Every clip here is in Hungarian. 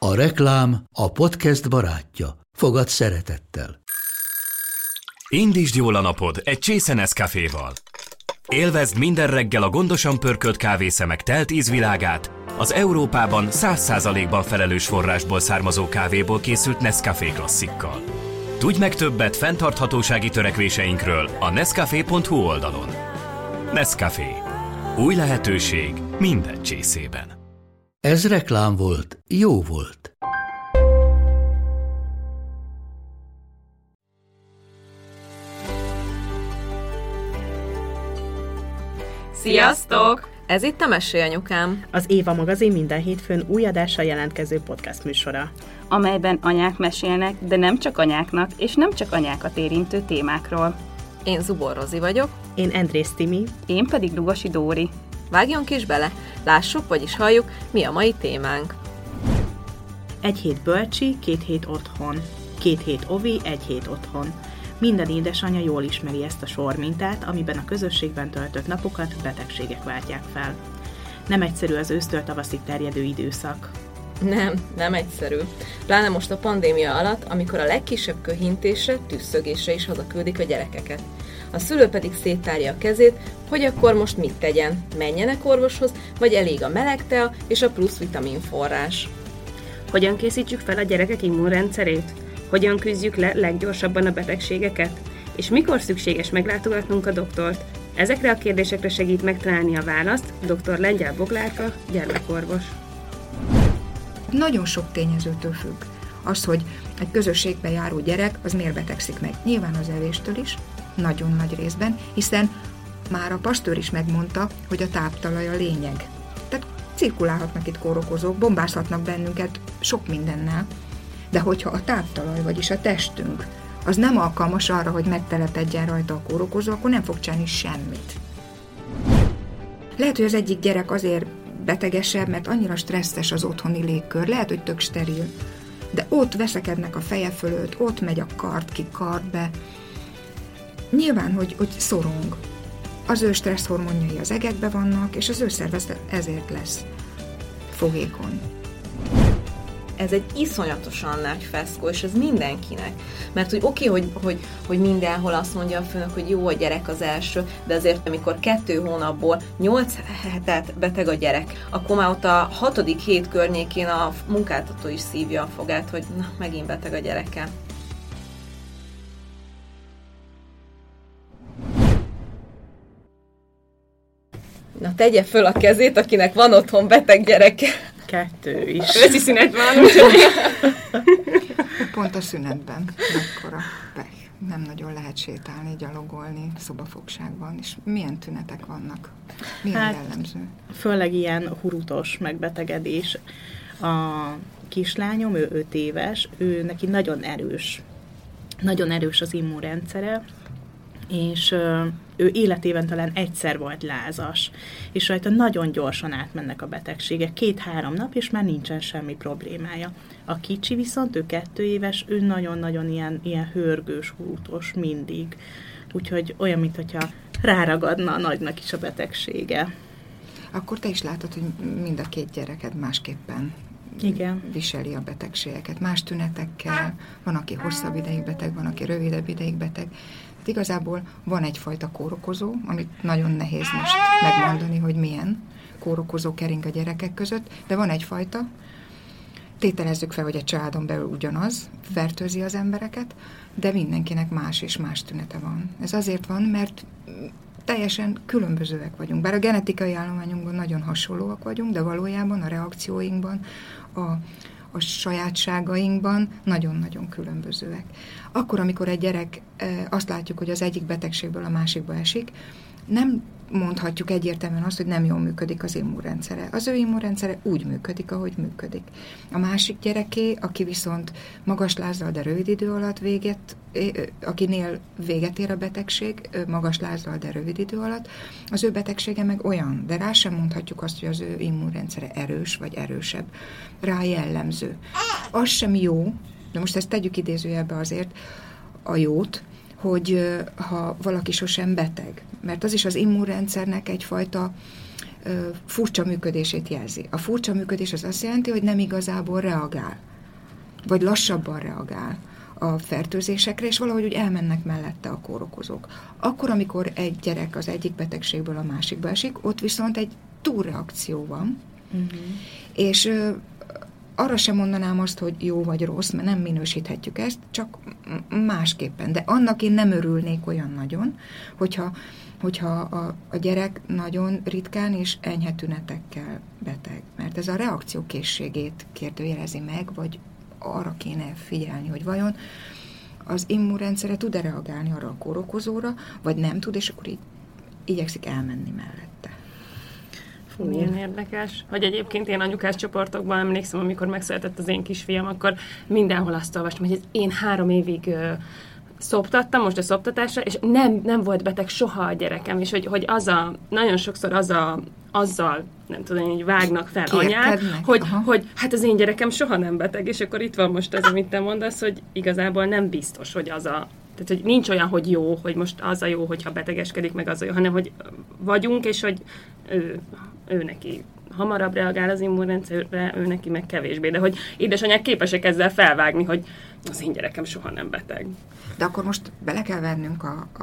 A reklám a podcast barátja. Fogad szeretettel. Indítsd jól a napod egy csésze Nescaféval. Élvezd minden reggel a gondosan pörkölt kávészemek telt ízvilágát, az Európában 100%-ban felelős forrásból származó kávéból készült Nescafé klasszikkal. Tudj meg többet fenntarthatósági törekvéseinkről a nescafé.hu oldalon. Nescafé. Új lehetőség minden csészében. Ez reklám volt, jó volt. Sziasztok! Ez itt a Mesélyanyukám. Az Éva magazin minden hétfőn új adással jelentkező podcast műsora, amelyben anyák mesélnek, de nem csak anyáknak, és nem csak anyákat érintő témákról. Én Zubor Rozi vagyok. Én Endrész Timi. Én pedig Lugosi Dóri. Vágjunk is bele, lássuk, vagyis halljuk, mi a mai témánk. 1 hét bölcsi, 2 hét otthon. 2 hét ovi, 1 hét otthon. Minden édesanyja jól ismeri ezt a sormintát, amiben a közösségben töltött napokat betegségek váltják fel. Nem egyszerű az ősztől tavaszig terjedő időszak. Nem egyszerű. Pláne most a pandémia alatt, amikor a legkisebb köhintésre, tüsszögésre is hazaküldik a gyerekeket. A szülő pedig széttárja a kezét, hogy akkor most mit tegyen, menjenek orvoshoz, vagy elég a meleg tea és a plusz vitaminforrás. Hogyan készítsük fel a gyerekek immunrendszerét? Hogyan küzdjük le leggyorsabban a betegségeket? És mikor szükséges meglátogatnunk a doktort? Ezekre a kérdésekre segít megtalálni a választ dr. Lengyel Boglárka, gyermekorvos. Nagyon sok tényezőtől függ. Az, hogy egy közösségbe járó gyerek, az miért betegszik meg? Nyilván az evéstől is, nagyon nagy részben, hiszen már a pastőr is megmondta, hogy a táptalaj a lényeg. Tehát cirkulálhatnak itt kórokozók, bombázhatnak bennünket sok mindennel, de hogyha a táptalaj, vagyis a testünk, az nem alkalmas arra, hogy megtelepedjen rajta a kórokozó, akkor nem fog csinálni semmit. Lehet, hogy az egyik gyerek azért betegesebb, mert annyira stresszes az otthoni légkör, lehet, hogy tök steril, de ott veszekednek a feje fölött, ott megy a kard ki, kard be. Nyilván, hogy szorong. Az ő stresszhormonjai az egekbe vannak, és az ő szervezet ezért lesz fogékony. Ez egy iszonyatosan nagy feszkó, és ez mindenkinek. Mert hogy oké, hogy mindenhol azt mondja a főnök, hogy jó, a gyerek az első, de azért amikor 2 hónapból 8 hetet beteg a gyerek, akkor már ott a 6. hét környékén a munkáltató is szívja a fogát, hogy na, megint beteg a gyereke. Na, tegye föl a kezét, akinek van otthon beteg gyereke. 2 is. Veszi szünet van, úgyhogy... Pont a szünetben. Mekkora pech. Nem nagyon lehet sétálni, gyalogolni szobafogságban. És milyen tünetek vannak? Milyen jellemző? Főleg ilyen hurutos megbetegedés. A kislányom, ő 5 éves, ő neki nagyon erős az immunrendszere, és ő életében talán egyszer volt lázas, és rajta nagyon gyorsan átmennek a betegségek, 2-3 nap, és már nincsen semmi problémája. A kicsi viszont, ő 2 éves, ő nagyon-nagyon ilyen hörgős, hútos mindig, úgyhogy olyan, mintha ráragadna a nagynak is a betegsége. Akkor te is látod, hogy mind a 2 gyereked másképpen viseli a betegségeket, más tünetekkel, van, aki hosszabb ideig beteg, van, aki rövidebb ideig beteg. Hát igazából van egyfajta kórokozó, amit nagyon nehéz most megmondani, hogy milyen kórokozó kering a gyerekek között, de van egyfajta, tételezzük fel, hogy a családon belül ugyanaz, fertőzi az embereket, de mindenkinek más és más tünete van. Ez azért van, mert teljesen különbözőek vagyunk. Bár a genetikai állományunkban nagyon hasonlóak vagyunk, de valójában a reakcióinkban, a sajátságainkban nagyon-nagyon különbözőek. Akkor, amikor egy gyerek azt látjuk, hogy az egyik betegségből a másikba esik, nem mondhatjuk egyértelműen azt, hogy nem jól működik az immunrendszere. Az ő immunrendszere úgy működik, ahogy működik. A másik gyereké, aki viszont magas lázzal, de rövid idő alatt akinél véget ér a betegség, magas lázzal, de rövid idő alatt, az ő betegsége meg olyan, de rá sem mondhatjuk azt, hogy az ő immunrendszere erős vagy erősebb. Rá jellemző. Az sem jó, de most ezt tegyük idézőjelbe azért, a jót, hogy ha valaki sosem beteg, mert az is az immunrendszernek egyfajta furcsa működését jelzi. A furcsa működés az azt jelenti, hogy nem igazából reagál, vagy lassabban reagál a fertőzésekre, és valahogy úgy elmennek mellette a kórokozók. Akkor, amikor egy gyerek az egyik betegségből a másikba esik, ott viszont egy túlreakció van, és arra sem mondanám azt, hogy jó vagy rossz, mert nem minősíthetjük ezt, csak másképpen. De annak én nem örülnék olyan nagyon, hogyha a gyerek nagyon ritkán és enyhe tünetekkel beteg. Mert ez a reakciókészségét kérdőjelezi meg, vagy arra kéne figyelni, hogy vajon az immunrendszere tud-e reagálni arra a kórokozóra, vagy nem tud, és akkor így igyekszik elmenni mellette. Milyen érdekes, hogy egyébként én anyukás csoportokban emlékszem, amikor megszületett az én kisfiam, akkor mindenhol azt olvastam, hogy én 3 évig szoptattam most a szoptatásra, és nem volt beteg soha a gyerekem, és hogy nagyon sokszor azzal, nem tudom, hogy vágnak fel anyák, hogy hát az én gyerekem soha nem beteg, és akkor itt van most ez, amit te mondasz, hogy igazából nem biztos, hogy tehát, hogy nincs olyan, hogy jó, hogy most az a jó, hogyha betegeskedik, meg az a jó, hanem, hogy vagyunk, és hogy ő neki hamarabb reagál az immunrendszerre, ő neki meg kevésbé. De hogy édesanyák képesek ezzel felvágni, hogy az én gyerekem soha nem beteg. De akkor most bele kell vennünk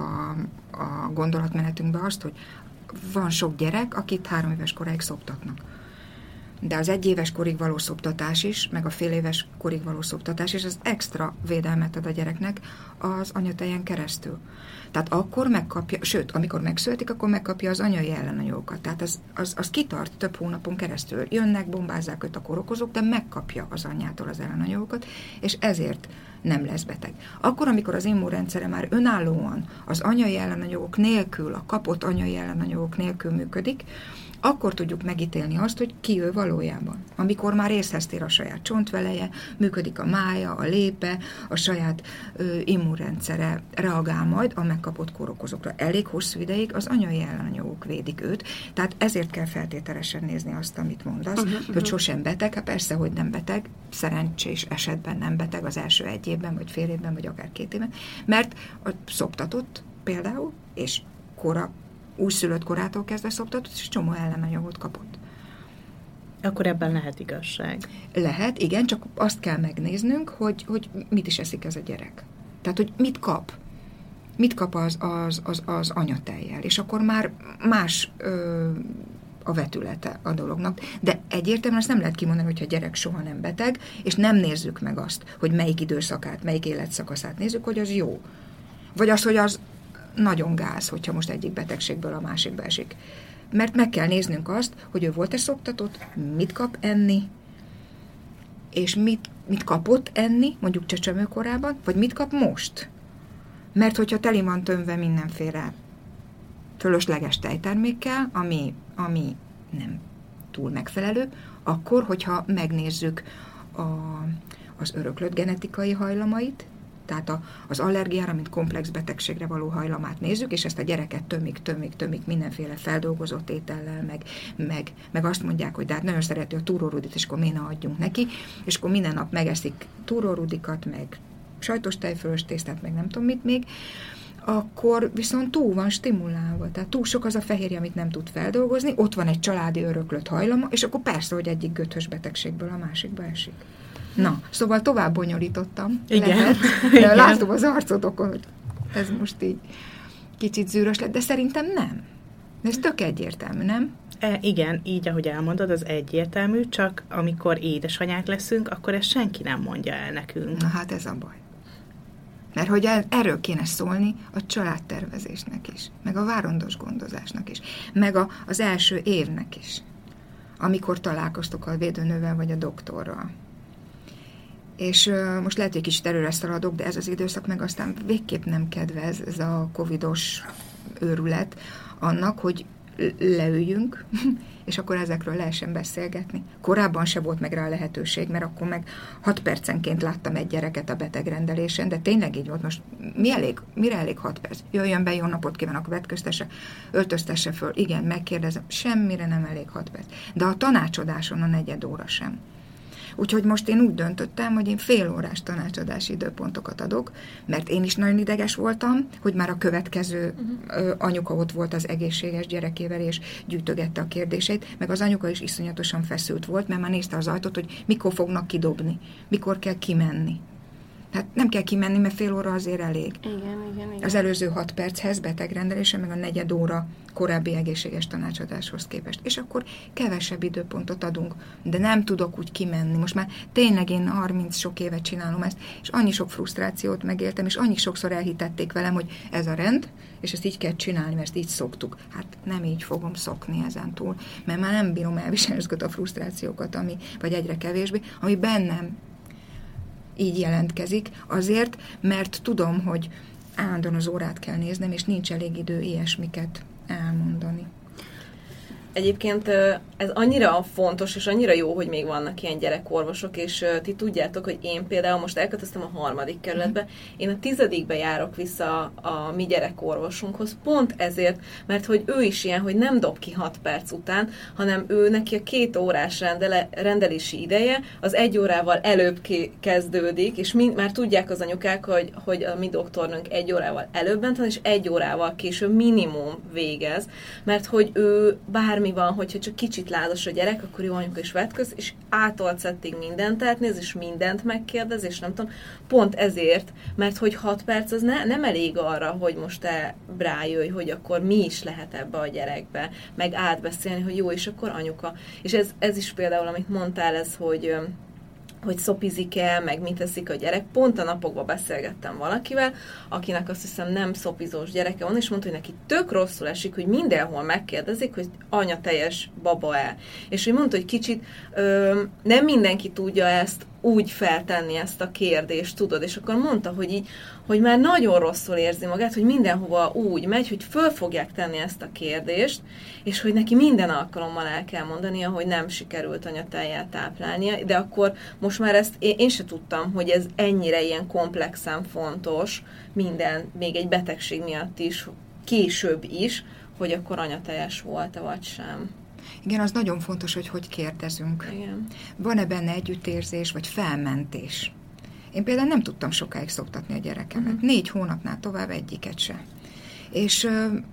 a gondolatmenetünkbe azt, hogy van sok gyerek, akit 3 éves koráig szoptatnak. De az 1 éves korig való szoptatás is, meg a fél éves korig való szoptatás is, az extra védelmet ad a gyereknek az anyatejen keresztül. Tehát akkor megkapja, sőt, amikor megszületik, akkor megkapja az anyai ellenanyagokat. Tehát az kitart több hónapon keresztül. Jönnek, bombázzák őt a kórokozók, de megkapja az anyjától az ellenanyagokat, és ezért nem lesz beteg. Akkor, amikor az immunrendszere már önállóan az anyai ellenanyagok nélkül, a kapott anyai ellenanyagok nélkül működik, akkor tudjuk megítélni azt, hogy ki ő valójában. Amikor már észhez tér a saját csontveleje, működik a mája, a lépe, a saját immunrendszere reagál majd a megkapott kórokozókra. Elég hosszú ideig az anyai ellenanyagok védik őt, tehát ezért kell feltételesen nézni azt, amit mondasz, hogy sosem beteg, hát persze, hogy nem beteg, szerencsés esetben nem beteg az első 1 évben, vagy fél évben, vagy akár 2 évben, mert szoptatott például, és újszülött korától kezdve szoptatott, és csomó ellenanyagot kapott. Akkor ebben lehet igazság. Lehet, igen, csak azt kell megnéznünk, hogy mit is eszik ez a gyerek. Tehát, hogy mit kap. Mit kap az anyatejjel. És akkor már más a vetülete a dolognak. De egyértelműen azt nem lehet kimondani, hogyha a gyerek soha nem beteg, és nem nézzük meg azt, hogy melyik időszakát, melyik életszakaszát nézzük, hogy az jó. Vagy az, hogy az nagyon gáz, hogyha most egyik betegségből a másikba esik. Mert meg kell néznünk azt, hogy ő volt-e szoptatott, mit kap enni, és mit kapott enni, mondjuk csecsemőkorában, vagy mit kap most. Mert hogyha teli van tömve mindenféle fölösleges tejtermékkel, ami nem túl megfelelő, akkor, hogyha megnézzük az öröklött genetikai hajlamait, tehát az allergiára, mint komplex betegségre való hajlamát nézzük, és ezt a gyereket tömik mindenféle feldolgozott étellel, meg azt mondják, hogy de hát nagyon szereti a túrórudit, és akkor miért ne adjunk neki, és akkor minden nap megeszik túrórudikat, meg sajtos tejfölös tésztát, meg nem tudom mit még, akkor viszont túl van stimulálva, tehát túl sok az a fehérje, amit nem tud feldolgozni, ott van egy családi öröklött hajlama, és akkor persze, hogy egyik göthös betegségből a másikba esik. Na, szóval tovább bonyolítottam. Igen. Igen. Látom az arcodokon, hogy ez most így kicsit zűrös lett, de szerintem nem. Ez tök egyértelmű, nem? Igen, így, ahogy elmondod, az egyértelmű, csak amikor édesanyák leszünk, akkor ezt senki nem mondja el nekünk. Na hát ez a baj. Mert hogy erről kéne szólni a családtervezésnek is, meg a várandós gondozásnak is, meg az első évnek is, amikor találkoztok a védőnővel vagy a doktorral. És most lehet, hogy kicsit előre szaladok, de ez az időszak meg aztán végképp nem kedvez, ez a covidos őrület annak, hogy leüljünk, és akkor ezekről lehessen beszélgetni. Korábban se volt meg rá a lehetőség, mert akkor meg 6 percenként láttam egy gyereket a betegrendelésen, de tényleg így volt. Most mire elég 6 perc? Jöjjön be, jó napot kívánok, vetköztesse, öltöztesse föl, igen, megkérdezem, semmire nem elég 6 perc. De a tanácsadáson a 4 óra sem. Úgyhogy most én úgy döntöttem, hogy én fél órás tanácsadási időpontokat adok, mert én is nagyon ideges voltam, hogy már a következő anyuka ott volt az egészséges gyerekével, és gyűjtögette a kérdéseit, meg az anyuka is iszonyatosan feszült volt, mert már nézte az ajtót, hogy mikor fognak kidobni, mikor kell kimenni. Hát nem kell kimenni, mert fél óra azért elég. Igen. Az előző 6 perchez betegrendelése, meg a 4 óra korábbi egészséges tanácsadáshoz képest. És akkor kevesebb időpontot adunk, de nem tudok úgy kimenni. Most már tényleg én 30 sok évet csinálom ezt, és annyi sok frusztrációt megéltem, és annyi sokszor elhitették velem, hogy ez a rend, és ezt így kell csinálni, mert ezt így szoktuk. Hát nem így fogom szokni ezentúl, mert már nem bírom elviselni a frusztrációkat, vagy egyre kevésbé, ami bennem így jelentkezik, azért, mert tudom, hogy állandóan az órát kell néznem, és nincs elég idő ilyesmiket elmondani. Egyébként ez annyira fontos, és annyira jó, hogy még vannak ilyen gyerekorvosok, és ti tudjátok, hogy én például most elköltöztem a 3. kerületbe, én a 10. járos vissza a mi gyerekorvosunkhoz, pont ezért, mert hogy ő is ilyen, hogy nem dob ki 6 perc után, hanem ő neki a 2 órás rendelési ideje, az 1 órával előbb kezdődik, és már tudják az anyukák, hogy a mi doktornőnk 1 órával előbb ment van, és 1 órával később minimum végez, mert hogy ő bármi van, hogyha csak kicsit lázas a gyerek, akkor jó anyuka is vetköz, és átolcettig mindent átnéz, és mindent megkérdez, és nem tudom, pont ezért, mert hogy 6 perc az nem elég arra, hogy most te rájöjj, hogy akkor mi is lehet ebbe a gyerekbe, meg átbeszélni, hogy jó, és akkor anyuka. És ez is például, amit mondtál, ez, hogy szopizik el, meg mit teszik a gyerek. Pont a napokban beszélgettem valakivel, akinek azt hiszem nem szopizós gyereke van, és mondta, hogy neki tök rosszul esik, hogy mindenhol megkérdezik, hogy anya teljes baba-e. És ő mondta, hogy kicsit nem mindenki tudja ezt úgy feltenni, ezt a kérdést, tudod, és akkor mondta, hogy már nagyon rosszul érzi magát, hogy mindenhova úgy megy, hogy föl fogják tenni ezt a kérdést, és hogy neki minden alkalommal el kell mondania, hogy nem sikerült anyatejjel táplálnia, de akkor most már ezt én se tudtam, hogy ez ennyire ilyen komplexen fontos, minden, még egy betegség miatt is, később is, hogy akkor anyatejes volt-e vagy sem. Igen, az nagyon fontos, hogy kérdezünk. Igen. Van-e benne együttérzés, vagy felmentés? Én például nem tudtam sokáig szoptatni a gyerekemet. 4 hónapnál tovább egyiket se. És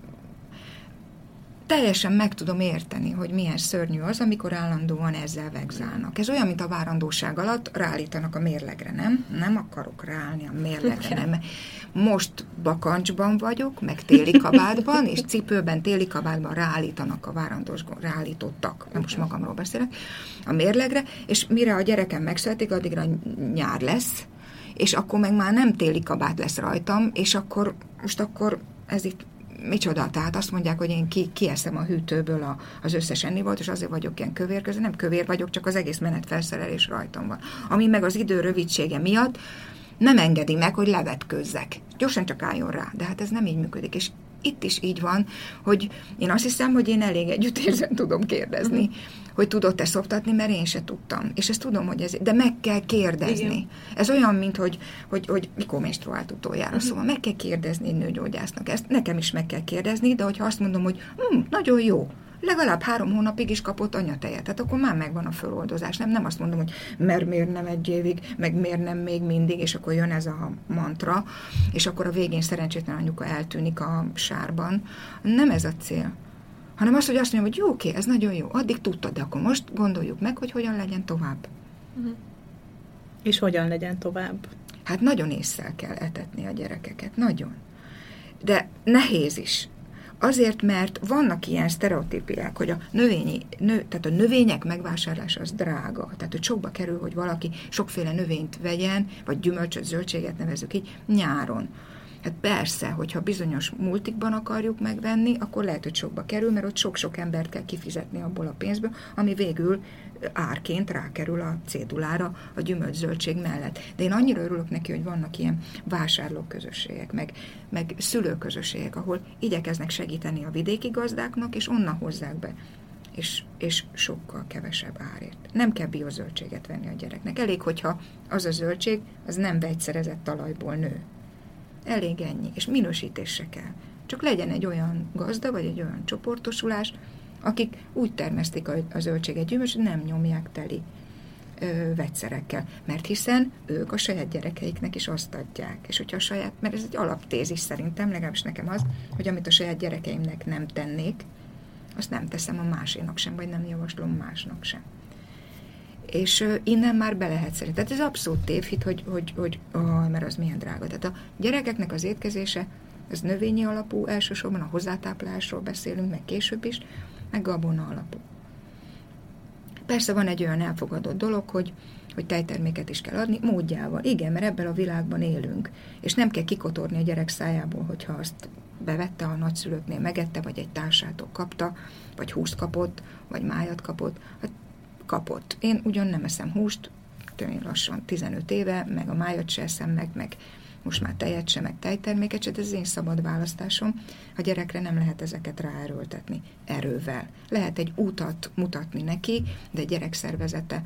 teljesen meg tudom érteni, hogy milyen szörnyű az, amikor állandóan ezzel vegzálnak. Ez olyan, mint a várandóság alatt ráállítanak a mérlegre, nem? Nem akarok ráállni a mérlegre, nem. Most bakancsban vagyok, meg téli kabátban, és cipőben, téli kabátban ráállítanak a ráállítottak, most magamról beszélek, a mérlegre, és mire a gyerekem megszületik, addigra nyár lesz, és akkor meg már nem téli kabát lesz rajtam, és akkor ez itt micsoda, tehát azt mondják, hogy én kieszem a hűtőből az összes ennivalót, és azért vagyok ilyen kövér közben, nem kövér vagyok, csak az egész menetfelszerelés rajtam van. Ami meg az idő rövidsége miatt nem engedi meg, hogy levetkőzzek. Gyorsan csak álljon rá, de hát ez nem így működik, és itt is így van, hogy én azt hiszem, hogy én elég együttérzően tudom kérdezni, hogy tudod-e szoptatni, mert én se tudtam. És ezt tudom, hogy ez, de meg kell kérdezni. Igen. Ez olyan, mint hogy mikor menstruált utoljára, szóval meg kell kérdezni egy nőgyógyásznak. Ezt nekem is meg kell kérdezni, de hogyha azt mondom, hogy nagyon jó, legalább 3 hónapig is kapott anyatejet, tehát akkor már megvan a föloldozás. Nem azt mondom, hogy miért nem 1 évig, meg miért nem még mindig, és akkor jön ez a mantra, és akkor a végén szerencsétlen anyuka eltűnik a sárban. Nem ez a cél. Hanem az, hogy azt mondjam, hogy jó, oké, ez nagyon jó, addig tudtad, de akkor most gondoljuk meg, hogy hogyan legyen tovább. És hogyan legyen tovább? Hát nagyon ésszel kell etetni a gyerekeket, nagyon. De nehéz is. Azért, mert vannak ilyen sztereotípiák, hogy tehát a növények megvásárlása az drága. Tehát, hogy sokba kerül, hogy valaki sokféle növényt vegyen, vagy gyümölcsöt, zöldséget nevezzük így, nyáron. Hát persze, hogyha bizonyos multikban akarjuk megvenni, akkor lehet, hogy sokba kerül, mert ott sok-sok embert kell kifizetni abból a pénzből, ami végül árként rákerül a cédulára a gyümölcs-zöldség mellett. De én annyira örülök neki, hogy vannak ilyen vásárlóközösségek, meg szülőközösségek, ahol igyekeznek segíteni a vidéki gazdáknak, és onnan hozzák be. És sokkal kevesebb árért. Nem kell biozöldséget venni a gyereknek. Elég, hogyha az a zöldség, az nem vegyszerezett talajból nő. Elég ennyi, és minősítés se kell. Csak legyen egy olyan gazda, vagy egy olyan csoportosulás, akik úgy termesztik a zöldséget, gyümölcsöt, nem nyomják teli vegyszerekkel. Mert hiszen ők a saját gyerekeiknek is azt adják. És hogyha mert ez egy alaptézis szerintem, legalábbis nekem az, hogy amit a saját gyerekeimnek nem tennék, azt nem teszem a másénak sem, vagy nem javaslom másnak sem. És innen már be lehet szerint. Tehát ez abszolút tévhit, hogy mert az milyen drága. Tehát a gyerekeknek az étkezése, ez növényi alapú, elsősorban a hozzátáplásról beszélünk, meg később is, meg gabona alapú. Persze van egy olyan elfogadott dolog, hogy tejterméket is kell adni, módjával. Igen, mert ebben a világban élünk. És nem kell kikotorni a gyerek szájából, hogyha azt bevette a nagyszülőknél, megette, vagy egy társától kapta, vagy húst kapott, vagy májat kapott. Hát kapott. Én ugyan nem eszem húst, tényleg lassan 15 éve, meg a májat se eszem meg most már tejet se, meg tejterméket se, de ez az én szabad választásom. A gyerekre nem lehet ezeket ráerőltetni erővel. Lehet egy útat mutatni neki, de a gyerek szervezete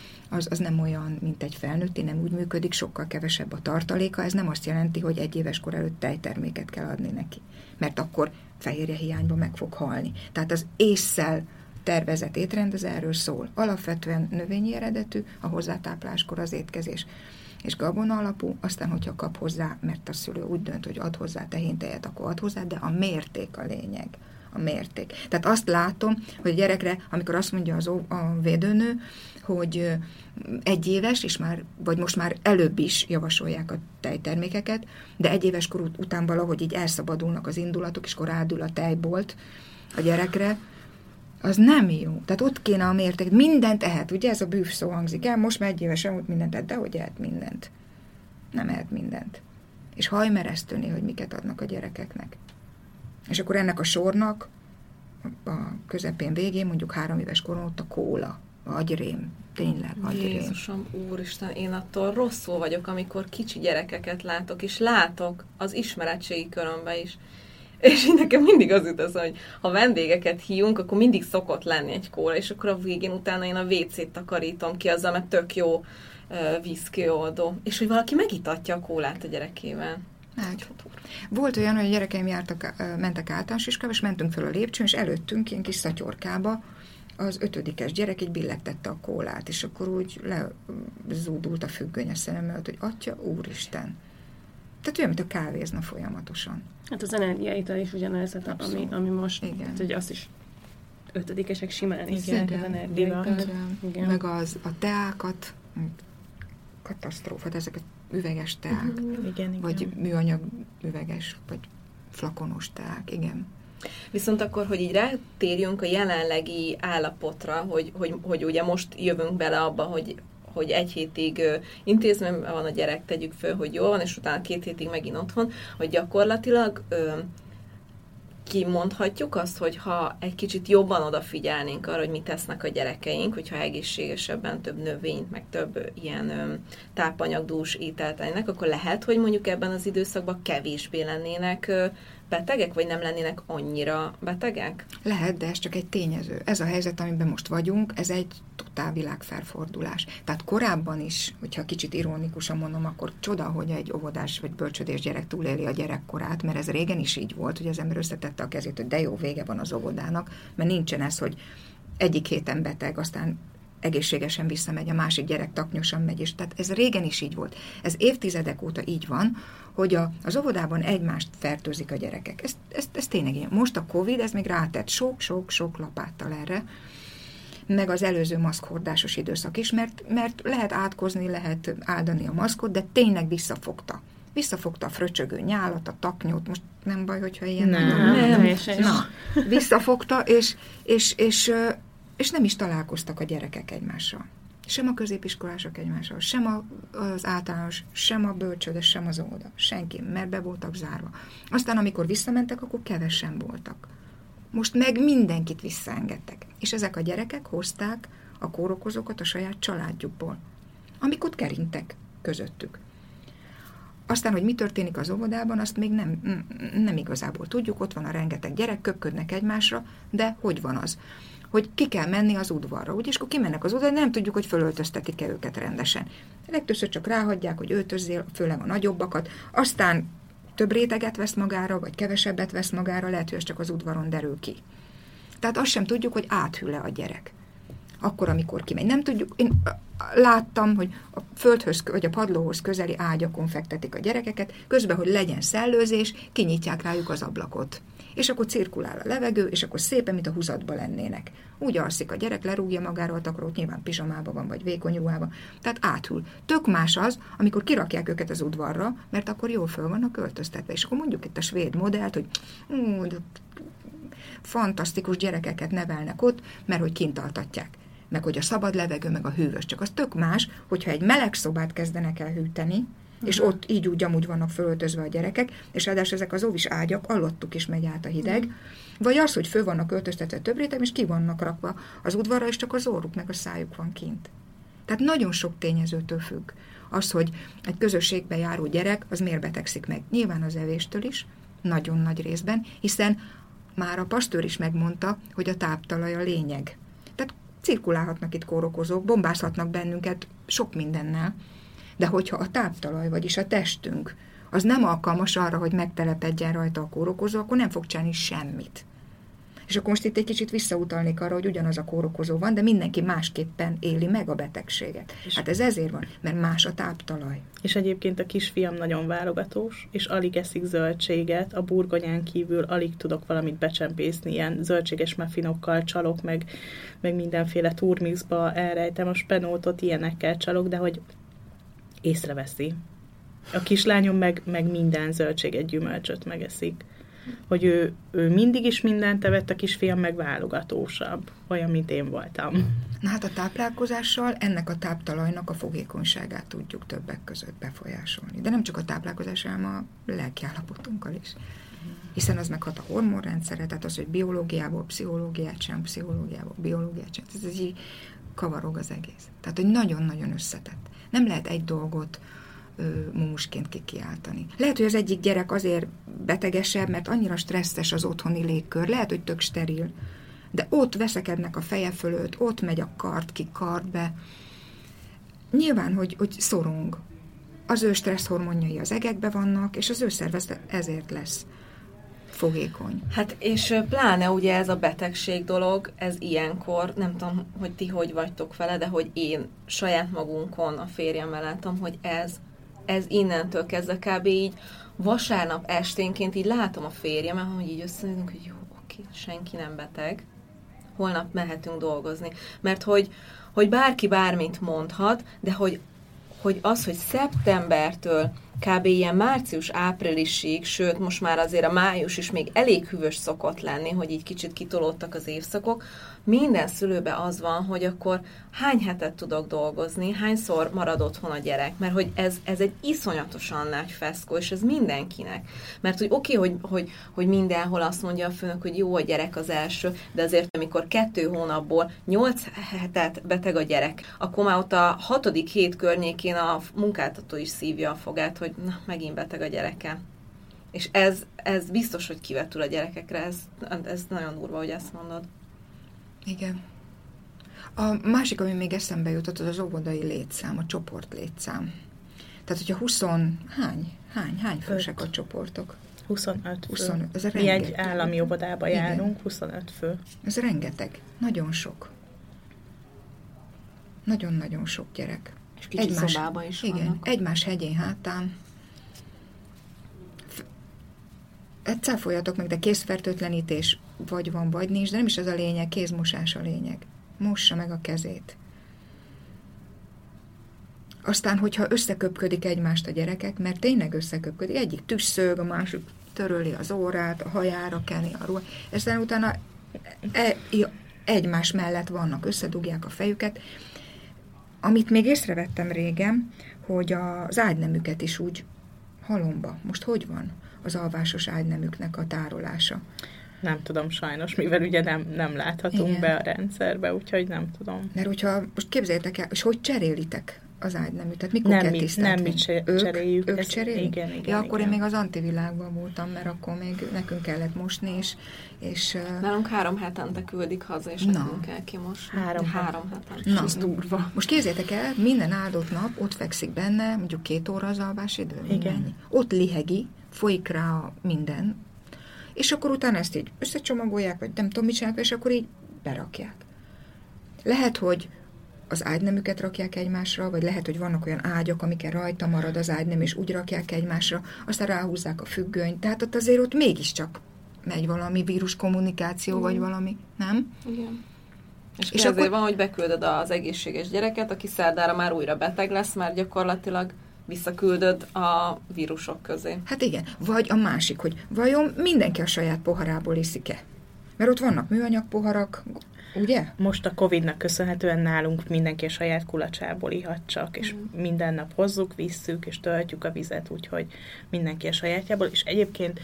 az nem olyan, mint egy felnőtti, nem úgy működik, sokkal kevesebb a tartaléka. Ez nem azt jelenti, hogy 1 éves kor előtt tejterméket kell adni neki, mert akkor fehérjehiányba meg fog halni. Tehát az ésszel tervezett étrend az erről szól. Alapvetően növényi eredetű, a hozzátápláskor az étkezés. És gabona alapú, aztán, hogyha kap hozzá, mert a szülő úgy dönt, hogy ad hozzá tehéntejet, akkor ad hozzá, de a mérték a lényeg. A mérték. Tehát azt látom, hogy a gyerekre, amikor azt mondja a védőnő, hogy 1 éves, és vagy most már előbb is javasolják a tejtermékeket, de 1 éves kor után valahogy így elszabadulnak az indulatok, és akkor rádül a tejbolt a gyerekre, az nem jó. Tehát ott kéne a mérték. Mindent ehet. Ugye ez a bűv szó hangzik el, most már 1 évesen volt mindent ehet, de hogy ehet mindent. Nem ehet mindent. És hajmeresztőnél, hogy miket adnak a gyerekeknek. És akkor ennek a sornak a közepén végén, mondjuk 3 éves koron ott a kóla, agyrém. Tényleg, agyrém. Jézusom, úristen, én attól rosszul vagyok, amikor kicsi gyerekeket látok, és látok az ismeretségi körömbe is. És nekem mindig az jut eszembe, hogy ha vendégeket hívunk, akkor mindig szokott lenni egy kóla, és akkor a végén utána én a WC-t takarítom ki azzal, mert tök jó vízkioldó. És hogy valaki megitatja a kólát a gyerekével. Hát, volt olyan, hogy a gyerekeim mentek általános iskolába, és mentünk föl a lépcsőn, és előttünk ilyen kis szatyorkába az 5-es gyerek így billegtette a kólát, és akkor úgy lezúdult a függöny a szemem előtt, hogy Atya, Úristen. Tehát olyan, mint a kávézna folyamatosan. Hát az energiaital is ugyanez, ami most, hát, hogy azt is 5-esek simán iszják az energiaital. Igen. Meg a teákat, katasztrófa, ezek üveges teák, igen. Vagy műanyag üveges, vagy flakonos teák, igen. Viszont akkor, hogy így rátérjünk a jelenlegi állapotra, hogy ugye most jövünk bele abba, hogy 1 hétig intézményben van a gyerek, tegyük föl, hogy jól van, és utána 2 hétig megint otthon, hogy gyakorlatilag kimondhatjuk azt, hogy ha egy kicsit jobban odafigyelnénk arra, hogy mit tesznek a gyerekeink, hogyha egészségesebben több növényt, meg több ilyen tápanyagdús ételt ennek, akkor lehet, hogy mondjuk ebben az időszakban kevésbé lennének betegek, vagy nem lennének annyira betegek? Lehet, de ez csak egy tényező. Ez a helyzet, amiben most vagyunk, ez egy totál világfelfordulás. Tehát korábban is, hogyha kicsit ironikusan mondom, akkor csoda, hogy egy óvodás vagy bölcsödés gyerek túléli a gyerekkorát, mert ez régen is így volt, hogy az ember összetette a kezét, hogy de jó, vége van az óvodának, mert nincsen ez, hogy egyik héten beteg, aztán egészségesen visszamegy, a másik gyerek taknyosan megy, és tehát ez régen is így volt. Ez évtizedek óta így van, hogy az óvodában egymást fertőzik a gyerekek. Ez tényleg ilyen. Most a Covid, ez még rátett sok lapáttal erre, meg az előző maszkhordásos időszak is, mert lehet átkozni, lehet áldani a maszkot, de tényleg visszafogta. Visszafogta a fröcsögő nyálat, a taknyót, most nem baj, hogyha ilyen nem. Visszafogta, és nem is találkoztak a gyerekek egymással. Sem a középiskolások egymással, sem az általános, sem a bölcsőde, sem az óvoda. Senki, mert be voltak zárva. Aztán, amikor visszamentek, akkor kevesen voltak. Most meg mindenkit visszaengedtek. És ezek a gyerekek hozták a kórokozókat a saját családjukból, amik ott keringtek közöttük. Aztán, hogy mi történik az óvodában, azt még nem igazából tudjuk. Ott van a rengeteg gyerek, köpködnek egymásra, de hogy van az? Hogy ki kell menni az udvarra, ugye? És akkor kimennek az udvarra, nem tudjuk, hogy fölöltöztetik-e őket rendesen. Legtöbbször csak ráhagyják, hogy öltözzél, főleg a nagyobbakat, aztán több réteget vesz magára, vagy kevesebbet vesz magára, lehet, hogy ez csak az udvaron derül ki. Tehát azt sem tudjuk, hogy áthűl-e a gyerek. akkor, amikor kimegy. Nem tudjuk, én láttam, hogy a földhöz, vagy a padlóhoz közeli ágyakon fektetik a gyerekeket, közben, hogy legyen szellőzés, kinyitják rájuk az ablakot. És akkor cirkulál a levegő, és akkor szépen, mint a húzatba lennének. Úgy alszik a gyerek, lerúgja magáról a takarót, nyilván pizsamában van, vagy vékony ruhában, tehát áthűl. Tök más az, amikor kirakják őket az udvarra, mert akkor jól föl vannak öltöztetve. És akkor mondjuk itt a svéd modellt, hogy fantasztikus gyerekeket nevelnek ott, mert hogy kint altatják. Meg hogy a szabad levegő, meg a hűvös. Csak az tök más, hogyha egy meleg szobát kezdenek el hűteni, és ott így úgy amúgy vannak fölöltözve a gyerekek, és ráadásul ezek az óvis ágyak, alattuk is megy át a hideg, vagy az, hogy föl vannak öltöztetve több réteg, és ki vannak rakva az udvarra, és csak az orruk meg a szájuk van kint. Tehát nagyon sok tényezőtől függ. Az, hogy egy közösségbe járó gyerek, az miért betegszik meg? Nyilván az evéstől is, nagyon nagy részben, hiszen már a pastőr is megmondta, hogy a táptalaj a lényeg. Tehát cirkulálhatnak itt kórokozók, bombázhatnak bennünket sok mindennel, de hogyha a táptalaj, vagyis a testünk, az nem alkalmas arra, hogy megtelepedjen rajta a kórokozó, akkor nem fog csinálni semmit. És akkor most itt egy kicsit visszautalnék arra, hogy ugyanaz a kórokozó van, de mindenki másképpen éli meg a betegséget. Hát ez ezért van, mert más a táptalaj. És egyébként a kisfiam nagyon válogatós, és alig eszik zöldséget, a burgonyán kívül alig tudok valamit becsempészni, ilyen zöldséges muffinokkal csalok, meg mindenféle turmixba elrejtem a spenótot, ilyenekkel csalok, de hogy észreveszi. A kislányom meg minden zöldséget, gyümölcsöt megeszik. Hogy ő mindig is mindent evett, a kisfiam meg válogatósabb, olyan, mint én voltam. Na hát a táplálkozással ennek a táptalajnak a fogékonyságát tudjuk többek között befolyásolni. De nem csak a táplálkozás, hanem a lelkiállapotunkkal is. Hiszen az meghat a hormonrendszere, tehát az, hogy biológiából, pszichológiát sem, pszichológiából, biológiát sem. Ez így kavarog az egész. Tehát, hogy nagyon-nagyon összetett. Nem lehet egy dolgot mumusként kikiáltani. Lehet, hogy az egyik gyerek azért betegesebb, mert annyira stresszes az otthoni légkör, lehet, hogy tök steril, de ott veszekednek a feje fölött, ott megy a kard ki, kard be. Nyilván, hogy szorong. Az ő stresszhormonjai az egekbe vannak, és az ő szervezet ezért lesz fogékony. Hát és pláne ugye ez a betegség dolog, ez ilyenkor, nem tudom, hogy ti hogy vagytok vele, de hogy én saját magunkon a férjemmel látom, hogy ez innentől kezdve kb. Így vasárnap esténként így látom a férjemen, hogy így összenézünk, hogy jó, oké, senki nem beteg, holnap mehetünk dolgozni. Mert hogy bárki bármit mondhat, de hogy az, hogy szeptembertől kb. Ilyen március-áprilisig, sőt, most már azért a május is még elég hűvös szokott lenni, hogy így kicsit kitolódtak az évszakok, minden szülőben az van, hogy akkor hány hetet tudok dolgozni, hányszor marad otthon a gyerek, mert hogy ez egy iszonyatosan nagy feszkó, és ez mindenkinek. Mert hogy oké, hogy mindenhol azt mondja a főnök, hogy jó, a gyerek az első, de azért amikor 2 hónapból 8 hetet beteg a gyerek, akkor már ott a 6. hét környékén a munkáltató is szívja a fogát, hogy na, megint beteg a gyereke. És ez biztos, hogy kivetül a gyerekekre, ez nagyon durva, hogy ezt mondod. Igen. A másik, ami még eszembe jutott, az óvodai létszám, a csoport létszám. Tehát, hogyha hány fősek a csoportok? 25 fő. Mi egy állami óvodába járunk, 25 fő. Ez rengeteg. Nagyon sok. Nagyon-nagyon sok gyerek. És kicsi szobában is vannak. Egymás hegyén hátán. Cáfoljatok meg, de kézfertőtlenítés vagy van, vagy nincs, de nem is ez a lényeg, kézmosás a lényeg. Mossa meg a kezét. Aztán, hogyha összeköpködik egymást a gyerekek, mert tényleg összeköpködik, egyik tüsszög, a másik töröli az órát, a hajára keni a ruhát, aztán utána egymás mellett vannak, összedugják a fejüket. Amit még észrevettem régen, hogy az ágynemüket is úgy halomba. Most hogy van az alvásos ágynemüknek a tárolása? Nem tudom sajnos, mivel ugye nem láthatunk igen. be a rendszerbe, úgyhogy nem tudom. Mert hogyha most képzeljétek el, és hogy cserélitek az ágyneműt? Tehát mikor kell tisztálni? Nem mi cseréljük. Ők cserélik? Igen, akkor én még az antivilágban voltam, mert akkor még nekünk kellett mosni, és nálunk 3 hetente küldik haza, és nekünk kell kimosni. 3 hetente. Na, ez durva. Most képzeljétek el, minden áldott nap ott fekszik benne, mondjuk 2 óra az alvásidő. Igen. Ott lihegi, folyik rá minden, és akkor utána ezt így összecsomagolják, vagy nem tudom, mit csinálják, és akkor így berakják. Lehet, hogy az ágynemüket rakják egymásra, vagy lehet, hogy vannak olyan ágyak, amiken rajta marad az ágynem, és úgy rakják egymásra, aztán ráhúzzák a függönyt. Tehát ott mégiscsak megy valami vírus kommunikáció, vagy valami, nem? Igen. És ezért akkor van, hogy beküldöd az egészséges gyereket, aki szerdára már újra beteg lesz, mert gyakorlatilag visszaküldöd a vírusok közé. Hát igen. Vagy a másik, hogy vajon mindenki a saját poharából iszik-e? Mert ott vannak műanyag poharak, ugye? Most a Covid-nak köszönhetően nálunk mindenki a saját kulacsából ihat csak, és minden nap hozzuk, visszük, és töltjük a vizet, úgyhogy mindenki a sajátjából. És egyébként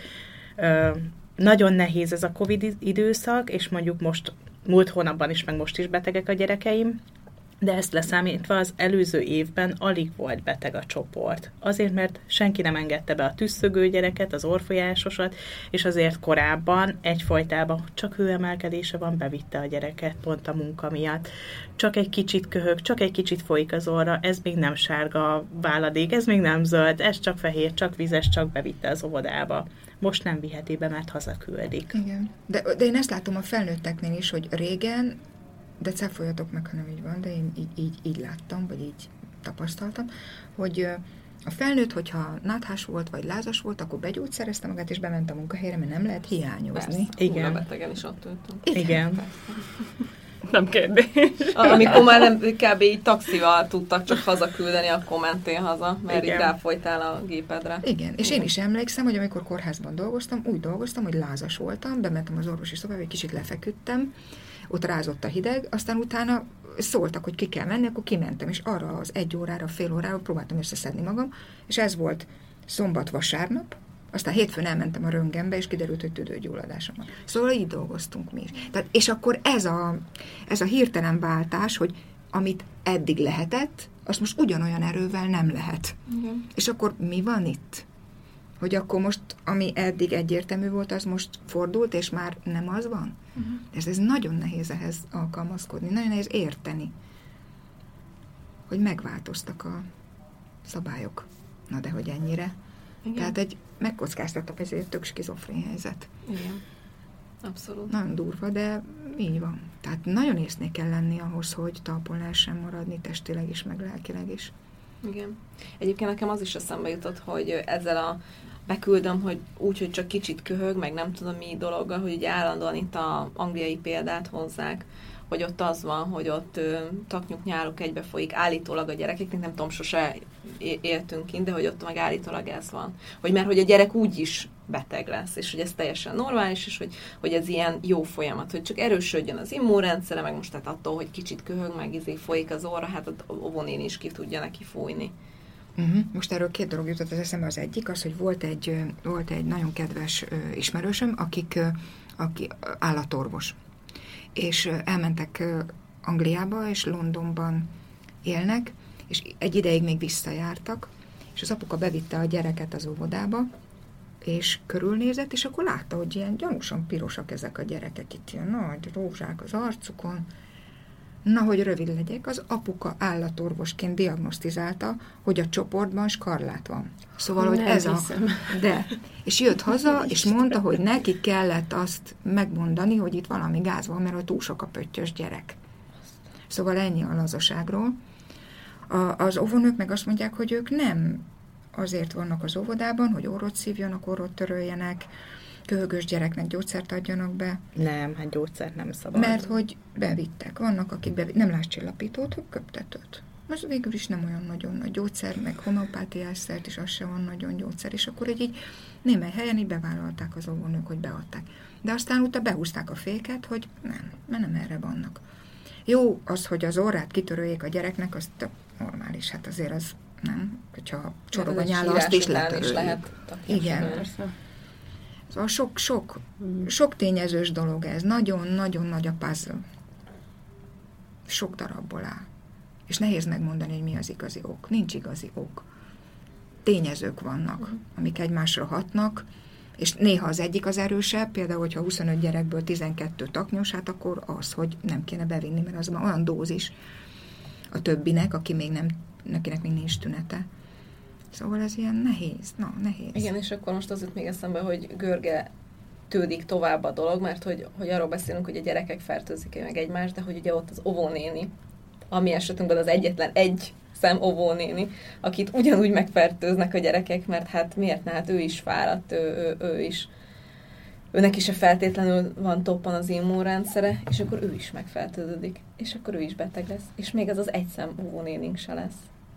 nagyon nehéz ez a Covid időszak, és mondjuk most múlt hónapban is, meg most is betegek a gyerekeim, de ezt leszámítva az előző évben alig volt beteg a csoport. Azért, mert senki nem engedte be a tüsszögő gyereket, az orrfolyásosat, és azért korábban egyfolytában csak hőemelkedése van, bevitte a gyereket pont a munka miatt. Csak egy kicsit köhög, csak egy kicsit folyik az orra, ez még nem sárga váladék, ez még nem zöld, ez csak fehér, csak vizes, csak bevitte az óvodába. Most nem viheti be, mert hazaküldik. Igen. De én ezt látom a felnőtteknél is, hogy régen, de cáfoljatok meg, ha nem így van, de én így láttam, vagy így tapasztaltam, hogy a felnőtt, hogyha náthás volt, vagy lázas volt, akkor begyógyszerezte magát, és bement a munkahelyre, mert nem lehet hiányozni. Persze. Igen. Betegen is ott ültünk. Igen. Nem kérdés. Amikor már nem, kb. Így taxival tudtak csak hazaküldeni, akkor mentél haza, mert így ráfolytál a gépedre. Igen, és én is emlékszem, hogy amikor kórházban dolgoztam, úgy dolgoztam, hogy lázas voltam, bementem az orvosi szobába, egy kicsit lefeküdtem, ott rázott a hideg, aztán utána szóltak, hogy ki kell menni, akkor kimentem, és arra az 1 órára, fél órára próbáltam összeszedni magam, és ez volt szombat-vasárnap, aztán hétfőn elmentem a röntgenbe, és kiderült, hogy tüdőgyulladásom van. Szóval így dolgoztunk mi is. Tehát, és akkor ez a hirtelen váltás, hogy amit eddig lehetett, azt most ugyanolyan erővel nem lehet. Igen. És akkor mi van itt? Hogy akkor most, ami eddig egyértelmű volt, az most fordult, és már nem az van? Ez nagyon nehéz ehhez alkalmazkodni, nagyon nehéz érteni, hogy megváltoztak a szabályok. Na de hogy ennyire. Igen. Tehát megkockáztatok, ez egy tök skizofrén helyzet. Igen, abszolút. Nagyon durva, de így van. Tehát nagyon észnél kell lenni ahhoz, hogy talpon lehessen maradni testileg is, meg lelkileg is. Igen. Egyébként nekem az is eszembe jutott, hogy ezzel beküldöm, hogy úgy, hogy csak kicsit köhög, meg nem tudom mi dologgal, hogy ugye állandóan itt az angliai példát hozzák, hogy ott az van, hogy ott taknyuk, nyáluk egybe folyik állítólag a gyerekeknek, nem tudom, sose éltünk kint, de hogy ott meg állítólag ez van. Hogy mert hogy a gyerek úgy is beteg lesz, és hogy ez teljesen normális, és hogy ez ilyen jó folyamat, hogy csak erősödjön az immunrendszere, meg most tehát attól, hogy kicsit köhög, meg folyik az orra, hát a óvónén is ki tudja neki fújni. Most erről 2 dolog jutott az eszembe. Az egyik az, hogy volt egy nagyon kedves ismerősöm, aki állatorvos. És elmentek Angliába, és Londonban élnek, és egy ideig még visszajártak, és az apuka bevitte a gyereket az óvodába, és körülnézett, és akkor látta, hogy ilyen gyanúsan pirosak ezek a gyerekek, itt ilyen nagy rózsák az arcukon. Na, hogy rövid legyek, az apuka állatorvosként diagnosztizálta, hogy a csoportban skarlát van. Szóval, hogy ez hiszem. De. És jött haza, és mondta, hogy neki kellett azt megmondani, hogy itt valami gáz van, mert túl sok a pöttyös gyerek. Szóval ennyi a lazaságról. Az óvónők meg azt mondják, hogy ők nem azért vannak az óvodában, hogy orrot szívjanak, orrot töröljenek, köhögös gyereknek gyógyszert adjanak be. Nem, hát gyógyszert nem szabad. Mert hogy bevittek. Vannak, akik nem lázcsillapítót, hogy köptetőt. Most végül is nem olyan nagyon nagy gyógyszer, meg homeopátiás szert is, az se van nagyon gyógyszer. És akkor így némely helyen így bevállalták az óvónők, hogy beadták. De aztán utána behúzták a féket, hogy nem, mert nem erre vannak. Jó az, hogy az orrát kitöröljék a gyereknek, az normális. Hát azért az nem, hogyha csorog a nyála, azt is letöröljük. Igen. Szóval sok tényezős dolog ez. Nagyon-nagyon nagy a puzzle. Sok darabból áll. És nehéz megmondani, hogy mi az igazi ok. Nincs igazi ok. Tényezők vannak, amik egymásra hatnak, és néha az egyik az erősebb, például, hogyha 25 gyerekből 12 taknyos, hát akkor az, hogy nem kéne bevinni, mert az már olyan dózis a többinek, nekinek még nincs tünete. Szóval ez ilyen nehéz. Igen, és akkor most az jut még eszembe, hogy Görge fejlődtődik tovább a dolog, mert hogy arról beszélünk, hogy a gyerekek fertőzik meg egymást, de hogy ugye ott az óvónéni, ami esetünkben az egyetlen egy szem óvónéni, akit ugyanúgy megfertőznek a gyerekek, mert hát miért ne? Hát ő is fáradt, ő is. Őnek is feltétlenül van toppan az immunrendszere, és akkor ő is megfertőződik, és akkor ő is beteg lesz, és még ez az egy szem óvónénink se lesz.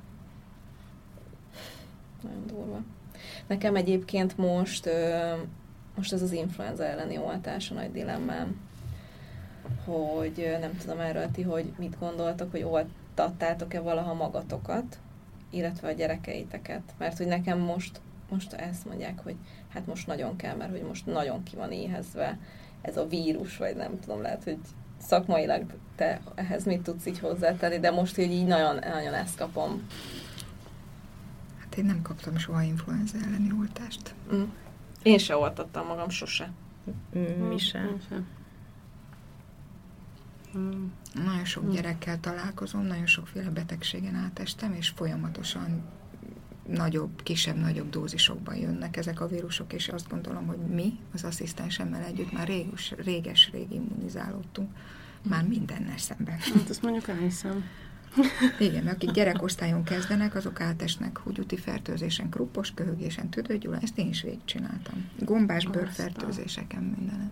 Nagyon durva. Nekem egyébként most ez az influenza elleni oltás a nagy dilemmám, hogy nem tudom erről ti, hogy mit gondoltok, hogy oltattátok-e valaha magatokat, illetve a gyerekeiteket. Mert hogy nekem most ezt mondják, hogy hát most nagyon kell, mert hogy most nagyon ki van éhezve ez a vírus, vagy nem tudom, lehet, hogy szakmailag te ehhez mit tudsz így hozzátenni, de most így nagyon, nagyon ezt kapom. Hát én nem kaptam soha influenza elleni oltást. Én se oltattam magam, sose. Mi sem. Nagyon sok gyerekkel találkozom, nagyon sokféle betegségen átestem, és folyamatosan kisebb-nagyobb dózisokban jönnek ezek a vírusok, és azt gondolom, hogy mi az asszisztensemmel együtt már réges-rég immunizálódtunk, már mindennel szemben. Hát azt mondjuk elhiszem. Igen, akik gyerekosztályon kezdenek, azok átesnek húgyúti fertőzésen, kruppos köhögésen, tüdőgyullán, ezt én is végigcsináltam. Gombás bőrfertőzéseken, mindenen.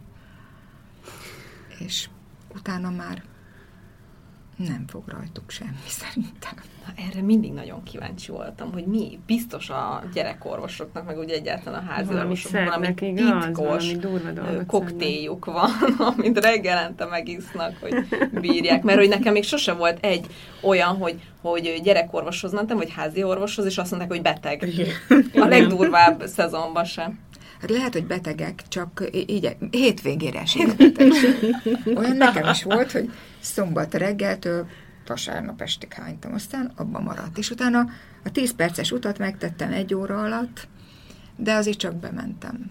És utána már nem fog rajtuk semmi, szerintem. Erre mindig nagyon kíváncsi voltam, hogy mi biztos a gyerekorvosoknak, meg ugye egyáltalán a házi orvosoknak valami titkos koktéljük van, amit reggelente megisznak, hogy bírják. Mert hogy nekem még sose volt egy olyan, hogy gyerekorvoshoz mentem, vagy házi orvoshoz, és azt mondták, hogy beteg. A legdurvább szezonban sem. Hát lehet, hogy betegek, csak így hétvégére esik a betegség. Olyan nekem is volt, hogy szombat reggeltől vasárnap estig hánytam, aztán abban maradt. És utána a 10 perces utat megtettem 1 óra alatt, de azért csak bementem.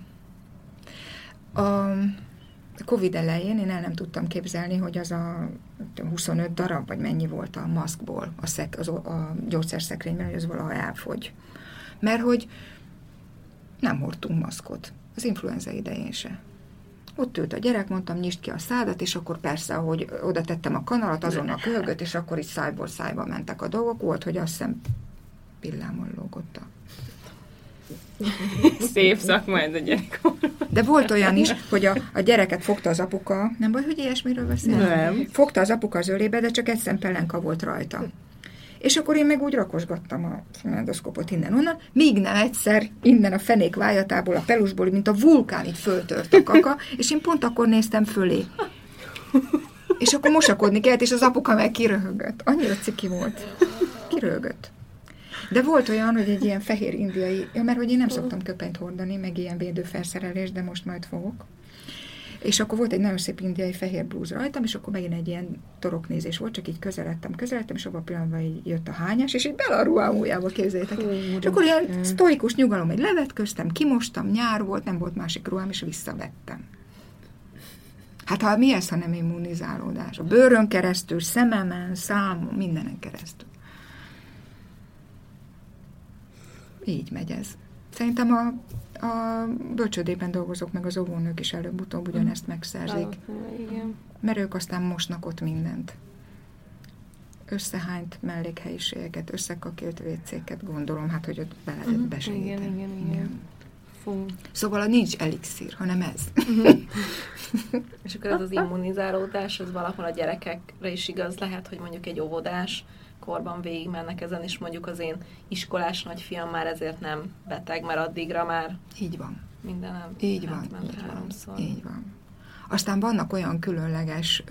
A Covid elején én el nem tudtam képzelni, hogy az a 25 darab, vagy mennyi volt a maszkból a gyógyszerszekrényben, hogy az valaha elfogy. Mert hogy nem hordtunk maszkot. Az influenza idején se. Ott ült a gyerek, mondtam, nyisd ki a szádat, és akkor persze, ahogy oda tettem a kanalat, azonnal köhögött, és akkor így szájból szájba mentek a dolgok. Volt, hogy azt hiszem pillámon lógott a... Szép szakma ez a gyerekkor. De volt olyan is, hogy a gyereket fogta az apuka, nem baj, hogy ilyesmiről beszélünk? Nem. Fogta az apuka az ölébe, de csak egy szempellenka volt rajta. És akkor én meg úgy rakosgattam a endoszkopot innen-onnan, míg nem egyszer innen a fenék vájatából, a pelusból, mint a vulkán itt föltört a kaka, és én pont akkor néztem fölé. És akkor mosakodni kellett, és az apuka meg kiröhögött. Annyira ciki volt. Kiröhögött. De volt olyan, hogy egy ilyen fehér indiai, mert hogy én nem szoktam köpenyt hordani, meg ilyen védőfelszerelés, de most majd fogok. És akkor volt egy nagyon szép indiai fehér blúz rajtam, és akkor megint egy ilyen toroknézés volt, csak így közeledtem, és abban a pillanatban így jött a hányás, és így bele a ruhámújába, képzeljétek. És akkor ilyen sztoikus nyugalom, hogy levetköztem, kimostam, nyár volt, nem volt másik ruhám, és visszavettem. Hát mi ez, ha nem immunizálódás? A bőrön keresztül, szememen, számon, mindenen keresztül. Így megy ez. Szerintem a bölcsődében dolgozók, meg az óvónők is előbb-utóbb ugyanezt megszerzik. Igen. Mert ők aztán mosnak ott mindent. Összehányt mellékhelyiségeket, összekakélt vécéket, gondolom, hát, hogy ott be lehet besegíteni. Igen. Fú. Szóval nincs elixír, hanem ez. És akkor ez az immunizálódás, az valahol a gyerekekre is igaz lehet, hogy mondjuk egy óvodás korban végigmennek ezen, és mondjuk az én iskolás nagyfiam már ezért nem beteg, mert addigra már így van. Mindenem így van. Így van. Aztán vannak olyan különleges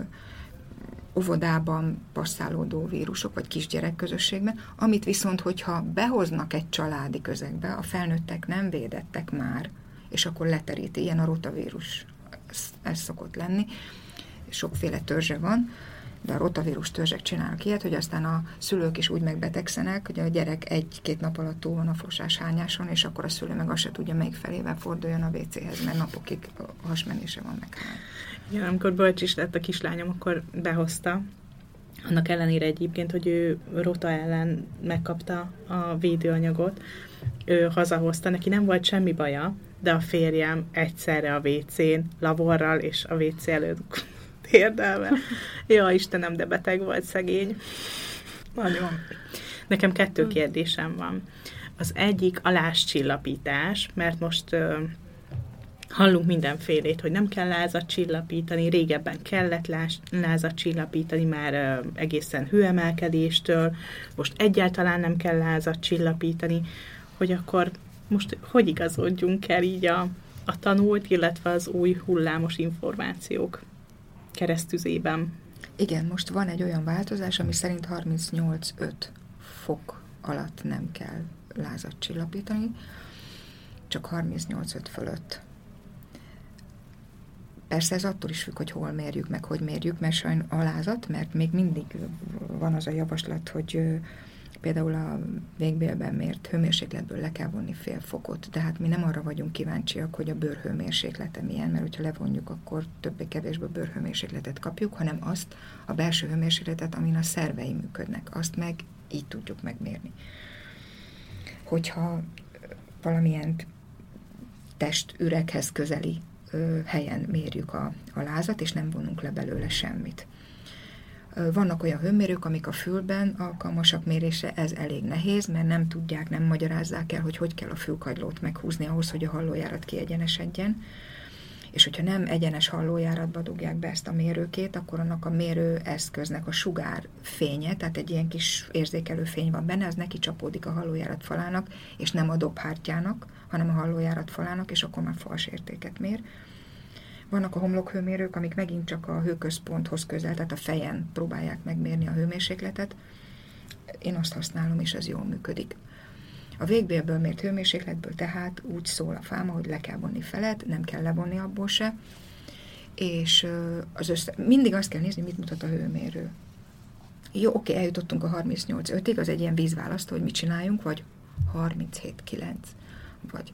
óvodában passzálódó vírusok, vagy kisgyerekközösségben, amit viszont, hogyha behoznak egy családi közegbe, a felnőttek nem védettek már, és akkor leteríti, ilyen a rotavírus, ez szokott lenni, sokféle törzse van, de a rotavírus törzsek csinálnak ilyet, hogy aztán a szülők is úgy megbetegszenek, hogy a gyerek 1-2 nap alatt túl van a fosás-hányáson, és akkor a szülő meg azt se tudja, melyik felével forduljon a WC-hez, mert napokig hasmenése van meg. Igen, amikor bölcs is lett a kislányom, akkor behozta Annak ellenére egyébként, hogy ő rota ellen megkapta a védőanyagot, ő hazahozta, neki nem volt semmi baja, de a férjem egyszerre a WC-n, laborral és a WC előtt térdelve. Ja, Istenem, de beteg volt szegény. Nagyon. Nekem 2 kérdésem van. Az egyik a lázcsillapítás, mert most hallunk mindenfélét, hogy nem kell lázat csillapítani, régebben kellett lázat csillapítani már egészen hőemelkedéstől, most egyáltalán nem kell lázat csillapítani, hogy akkor most hogy igazodjunk el így a tanult, illetve az új hullámos információk keresztüzében. Igen, most van egy olyan változás, ami szerint 38,5 fok alatt nem kell lázat csillapítani, csak 38,5 fölött. Persze ez attól is függ, hogy hol mérjük, meg hogy mérjük, mert a lázat, mert még mindig van az a javaslat, hogy például a végbélben mért hőmérsékletből le kell vonni fél fokot, de hát mi nem arra vagyunk kíváncsiak, hogy a bőr hőmérséklete milyen, mert hogyha levonjuk, akkor többé-kevésbé bőrhőmérsékletet kapjuk, hanem azt a belső hőmérsékletet, amin a szervei működnek, azt meg így tudjuk megmérni. Hogyha valamilyen testüreghez közeli helyen mérjük a lázat, és nem vonunk le belőle semmit. Vannak olyan hőmérők, amik a fülben alkalmasak mérésre, ez elég nehéz, mert nem tudják, nem magyarázzák el, hogy kell a fülkagylót meghúzni ahhoz, hogy a hallójárat kiegyenesedjen. És hogyha nem egyenes hallójáratba dugják be ezt a mérőkét, akkor annak a mérőeszköznek a sugárfénye, tehát egy ilyen kis érzékelő fény van benne, az neki csapódik a hallójárat falának, és nem a dobhártyának, hanem a hallójárat falának, és akkor már fals értéket mér. Vannak a homlokhőmérők, amik megint csak a hőközponthoz közel, tehát a fejen próbálják megmérni a hőmérsékletet. Én azt használom, és ez jól működik. A végbélből mért hőmérsékletből tehát úgy szól a fáma, hogy le kell vonni felet, nem kell levonni abból se, és mindig azt kell nézni, mit mutat a hőmérő. Jó, oké, eljutottunk a 38,5-ig, az egy ilyen vízválasztó, hogy mit csináljunk, vagy 37,9, vagy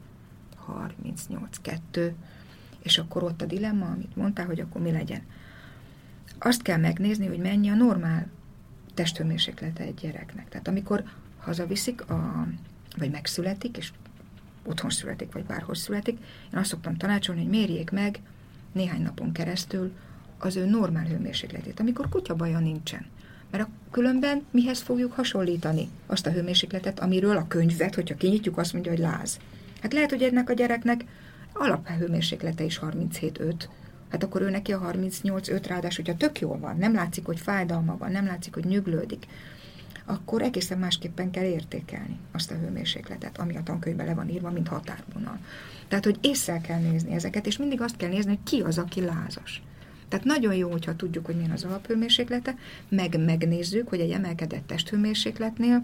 38,2, és akkor ott a dilemma, amit mondtál, hogy akkor mi legyen. Azt kell megnézni, hogy mennyi a normál testhőmérséklete egy gyereknek. Tehát amikor hazaviszik, vagy megszületik, és otthon születik, vagy bárhol születik, én azt szoktam tanácsolni, hogy mérjék meg néhány napon keresztül az ő normál hőmérsékletét, amikor kutyabaja nincsen. Mert különben mihez fogjuk hasonlítani azt a hőmérsékletet, amiről a könyvet, hogyha kinyitjuk, azt mondja, hogy láz. Hát lehet, hogy ennek a gyereknek alaphőmérséklete is 37,5, hát akkor ő neki a 38,5, ráadásul, hogyha tök jól van, nem látszik, hogy fájdalma van, nem látszik, hogy nyüglődik, akkor egészen másképpen kell értékelni azt a hőmérsékletet, ami a tankönyvben le van írva, mint határvonal. Tehát, hogy észre kell nézni ezeket, és mindig azt kell nézni, hogy ki az, aki lázas. Tehát nagyon jó, hogyha tudjuk, hogy milyen az alaphőmérséklete, megnézzük, hogy egy emelkedett testhőmérsékletnél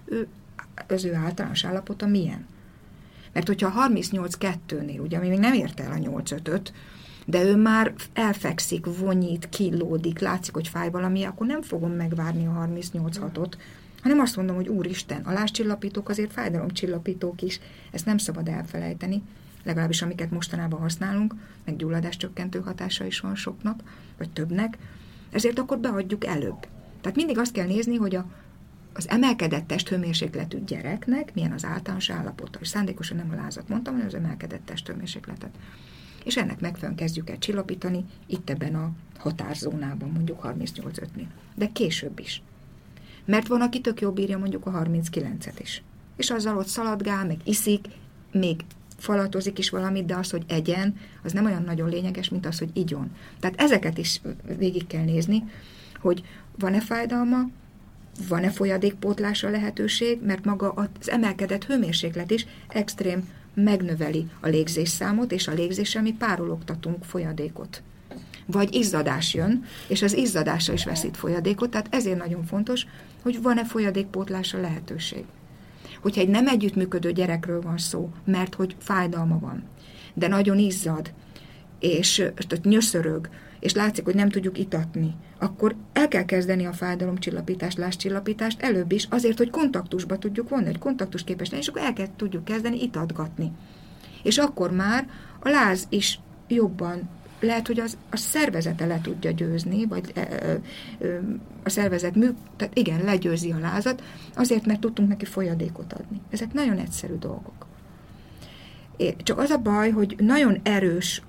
az ő általános állapota milyen. Mert hogyha a 38,2-nél, ugye, ami még nem érte el a 8,5-öt, de ő már elfekszik, vonyít, killódik, látszik, hogy fáj valami, akkor nem fogom megvárni a 38,6-ot, hanem azt mondom, hogy úristen, a lázcsillapítók azért fájdalomcsillapítók is, ezt nem szabad elfelejteni, legalábbis amiket mostanában használunk, meg gyulladáscsökkentő hatása is van soknak, vagy többnek, ezért akkor beadjuk előbb. Tehát mindig azt kell nézni, hogy az emelkedett testhőmérsékletű gyereknek milyen az általános állapota, és szándékosan nem a lázat mondtam, hanem az emelkedett testhőmérsékletet. És ennek megfelelően kezdjük el csillapítani itt ebben a határzónában, mondjuk 38,5-nél. De később is. Mert van, aki tök jó bírja mondjuk a 39-et is. És azzal ott szaladgál, meg iszik, még falatozik is valamit, de az, hogy egyen, az nem olyan nagyon lényeges, mint az, hogy igyon. Tehát ezeket is végig kell nézni, hogy van-e fájdalma, van-e folyadékpótlásra lehetőség, mert maga az emelkedett hőmérséklet is extrém megnöveli a légzésszámot, és a légzéssel mi párologtatunk folyadékot. Vagy izzadás jön, és az izzadásra is veszít folyadékot, tehát ezért nagyon fontos, hogy van-e folyadékpótlásra lehetőség. Hogyha egy nem együttműködő gyerekről van szó, mert hogy fájdalma van, de nagyon izzad, és nyöszörög, és látszik, hogy nem tudjuk itatni, akkor el kell kezdeni a fájdalomcsillapítást, lázcsillapítást előbb is, azért, hogy kontaktusba tudjuk vonni, hogy kontaktusképes lenni, és akkor tudjuk kezdeni itatgatni. És akkor már a láz is jobban lehet, hogy a szervezete le tudja győzni, vagy a szervezet tehát igen, legyőzi a lázat, azért, mert tudtunk neki folyadékot adni. Ezek nagyon egyszerű dolgok. Csak az a baj, hogy nagyon erős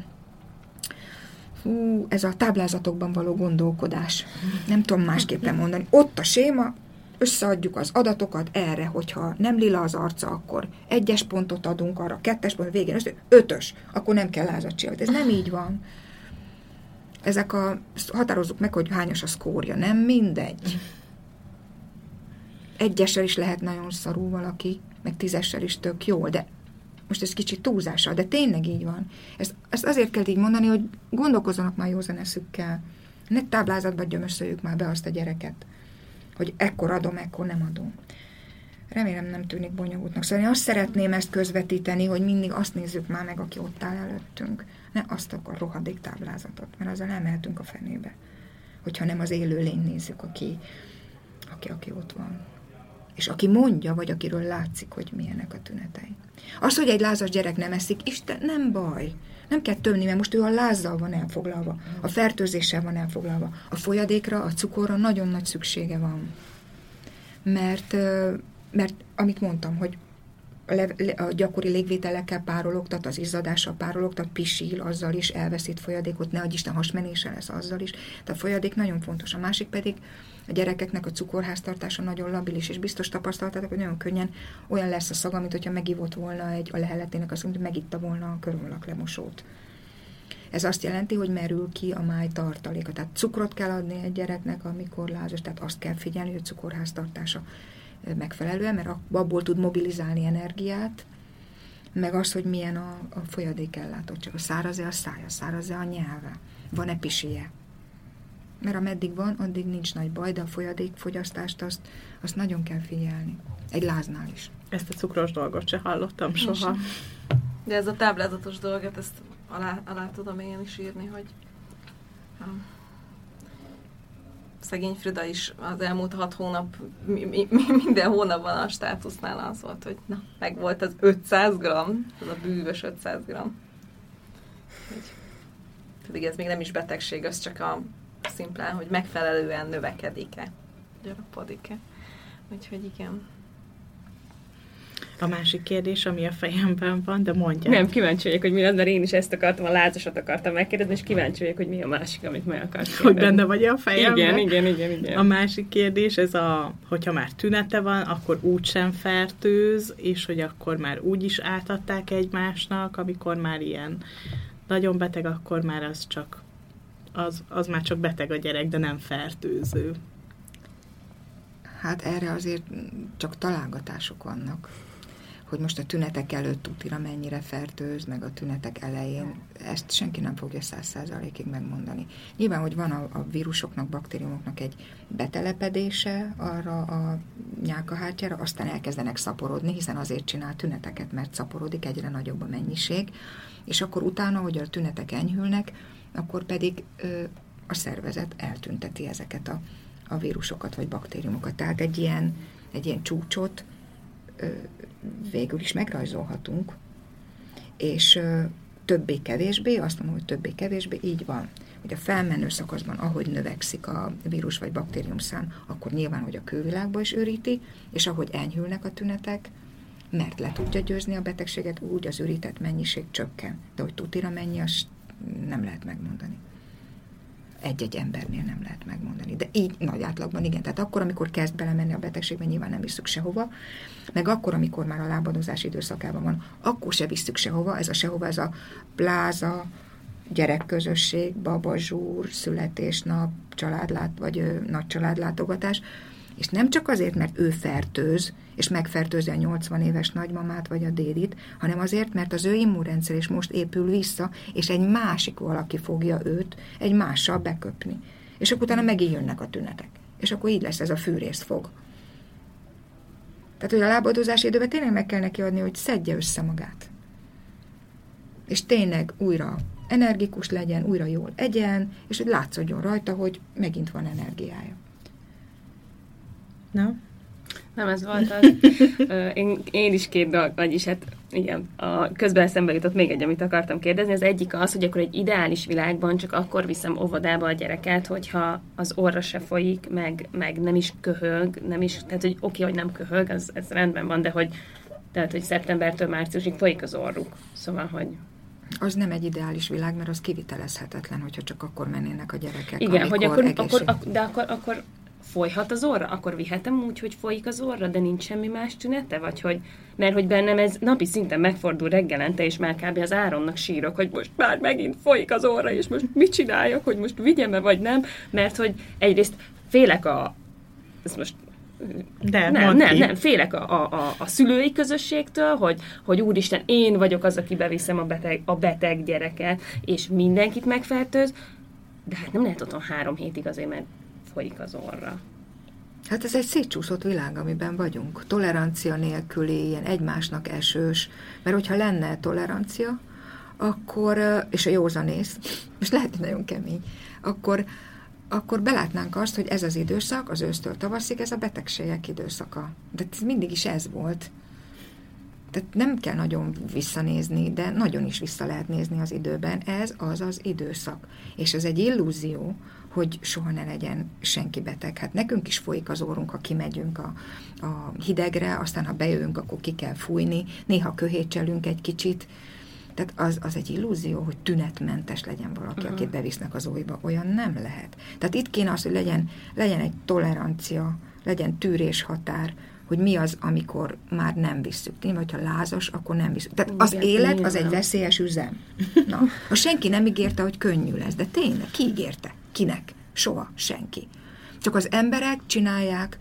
ez a táblázatokban való gondolkodás. Nem tudom másképpen mondani. Ott a séma, összeadjuk az adatokat erre, hogyha nem lila az arca, akkor 1-es pontot adunk arra, 2-es pont, végén 5-ös, akkor nem kell lázat csinálni. Ez nem így van. Határozzuk meg, hogy hányas a szkórja. Nem mindegy. 1-essel is lehet nagyon szarul valaki, meg 10-essel is tök jól, de most ez kicsit túlzással, de tényleg így van. Ezt azért kell így mondani, hogy gondolkozzanak már józan eszükkel. Ne táblázatban gyömöszöljük már be azt a gyereket, hogy ekkor adom, ekkor nem adom. Remélem nem tűnik bonyolultnak. Szóval én azt szeretném ezt közvetíteni, hogy mindig azt nézzük már meg, aki ott áll előttünk. Ne azt a rohadék táblázatot, mert azzal nem mehetünk a fenébe. Hogyha nem az élőlény nézzük, aki ott van. És aki mondja, vagy akiről látszik, hogy milyenek a tünetei. Az, hogy egy lázas gyerek nem eszik, Isten, nem baj. Nem kell tömni, mert most ő a lázzal van elfoglalva, a fertőzéssel van elfoglalva. A folyadékra, a cukorra nagyon nagy szüksége van. Mert amit mondtam, hogy a gyakori légvételekkel párologtat, az izzadással párologtat, pisil, azzal is elveszít folyadékot, ne adj Isten, hasmenése lesz azzal is. Tehát a folyadék nagyon fontos. A másik pedig a gyerekeknek a cukorháztartása nagyon labilis, és biztos tapasztaltátok, hogy nagyon könnyen olyan lesz a szaga, mint hogyha megivott volna a leheletének azt, mint megitta volna a körömlak lemosót. Ez azt jelenti, hogy merül ki a máj tartaléka. Tehát cukrot kell adni egy gyereknek, amikor lázas, tehát azt kell figyelni, hogy a cukorháztartása megfelelően, mert abból tud mobilizálni energiát, meg az, hogy milyen a folyadék ellátottság. A száraz-e a szája, száraz-e a nyelve, van-e pisilye. Mert ameddig van, addig nincs nagy baj, de a folyadékfogyasztást azt nagyon kell figyelni. Egy láznál is. Ezt a cukros dolgot se hallottam soha. De ez a táblázatos dolgot, ezt alá tudom én is írni, hogy szegény Frida is az elmúlt 6 hónap, minden hónapban a státusznál az volt, hogy na, meg volt az 500 gramm, az a bűvös 500 gramm. Pedig ez még nem is betegség, az csak szimplán, hogy megfelelően növekedik-e, gyarapodik-e. Úgyhogy igen. A másik kérdés, ami a fejemben van, de mondja. Nem, kíváncsi vagyok, hogy mi az, mert én is ezt akartam, a lázasat akartam megkérdezni, és kíváncsi vagyok, hogy mi a másik, amit meg akarsz kérdezni. Hogy benne vagy a fejemben? Igen. A másik kérdés, ez hogyha már tünete van, akkor úgysem fertőz, és hogy akkor már úgy is átadták egymásnak, amikor már ilyen nagyon beteg, akkor már az már csak beteg a gyerek, de nem fertőző. Hát erre azért csak találgatások vannak. Hogy most a tünetek előtt tutira mennyire fertőz, meg a tünetek elején, ezt senki nem fogja 100%-ig megmondani. Nyilván, hogy van a vírusoknak, baktériumoknak egy betelepedése arra a nyálkahártyára, aztán elkezdenek szaporodni, hiszen azért csinál tüneteket, mert szaporodik, egyre nagyobb a mennyiség, és akkor utána, hogy a tünetek enyhülnek, akkor pedig a szervezet eltünteti ezeket a vírusokat vagy baktériumokat. Tehát egy ilyen csúcsot végül is megrajzolhatunk, és többé-kevésbé, azt mondom, hogy többé-kevésbé, így van, hogy a felmenő szakaszban, ahogy növekszik a vírus vagy baktériumszám, akkor nyilván, hogy a külvilágba is üríti, és ahogy enyhülnek a tünetek, mert le tudja győzni a betegséget, úgy az ürített mennyiség csökken. De hogy tutira mennyi, azt nem lehet megmondani. Egy-egy embernél nem lehet megmondani. De így nagy átlagban igen. Tehát akkor, amikor kezd belemenni a betegségben, nyilván nem visszük sehova, meg akkor, amikor már a lábadozás időszakában van, akkor se visszük sehova. Ez a pláza, gyerekközösség, babazsúr, születésnap, vagy nagy családlátogatás. És nem csak azért, mert ő fertőz, és megfertőzi a 80 éves nagymamát vagy a dédit, hanem azért, mert az ő immunrendszer is most épül vissza, és egy másik valaki fogja őt egy mással beköpni. És akkor utána megint jönnek a tünetek. És akkor így lesz ez a fűrészfog. Tehát, hogy a lábadozási időben tényleg meg kell neki adni, hogy szedje össze magát. És tényleg újra energikus legyen, újra jól egyen, és hogy látszódjon rajta, hogy megint van energiája. Na? Nem ez volt az. Én is két dolog, vagyis hát igen, közben eszembe jutott még egy, amit akartam kérdezni. Az egyik az, hogy akkor egy ideális világban csak akkor viszem óvodába a gyereket, hogyha az orra se folyik, meg nem is köhög, nem is, tehát hogy oké, hogy nem köhög, ez rendben van, de hogy szeptembertől márciusig folyik az orruk. Szóval, hogy... Az nem egy ideális világ, mert az kivitelezhetetlen, hogyha csak akkor mennének a gyerekek. Igen, hogy akkor folyhat az orra? Akkor vihetem úgy, hogy folyik az orra, de nincs semmi más tünete? Vagy hogy, mert hogy bennem ez napi szinten megfordul reggelente, és már kb. Az Áronnak sírok, hogy most már megint folyik az orra, és most mit csináljak, hogy most vigyem-e, vagy nem? Mert hogy egyrészt félek ezt most nem, félek a szülői közösségtől, hogy úristen, én vagyok az, aki beviszem a beteg gyereket, és mindenkit megfertőz, de hát nem lehet otthon 3 hétig azért, mert folyik az orra. Hát ez egy szétcsúszott világ, amiben vagyunk. Tolerancia nélküli, ilyen egymásnak esős, mert hogyha lenne tolerancia, akkor, és a józanész, és lehet, hogy nagyon kemény, akkor belátnánk azt, hogy ez az időszak, az ősztől tavaszig, ez a betegségek időszaka. De ez mindig is ez volt. Tehát nem kell nagyon visszanézni, de nagyon is vissza lehet nézni az időben. Ez az időszak. És ez egy illúzió, hogy soha ne legyen senki beteg. Hát nekünk is folyik az orrunk, ha kimegyünk a hidegre, aztán ha bejövünk, akkor ki kell fújni, néha köhécselünk egy kicsit. Tehát az egy illúzió, hogy tünetmentes legyen valaki, akit bevisznek az óviba. Olyan nem lehet. Tehát itt kéne az, hogy legyen egy tolerancia, legyen tűrés határ, hogy mi az, amikor már nem visszük. Vagy ha lázas, akkor nem visszük. Tehát az élet, az egy veszélyes üzem. Na, ha senki nem ígérte, hogy könnyű lesz, de tényleg, ki ígérte? Kinek? Soha senki. Csak az emberek csinálják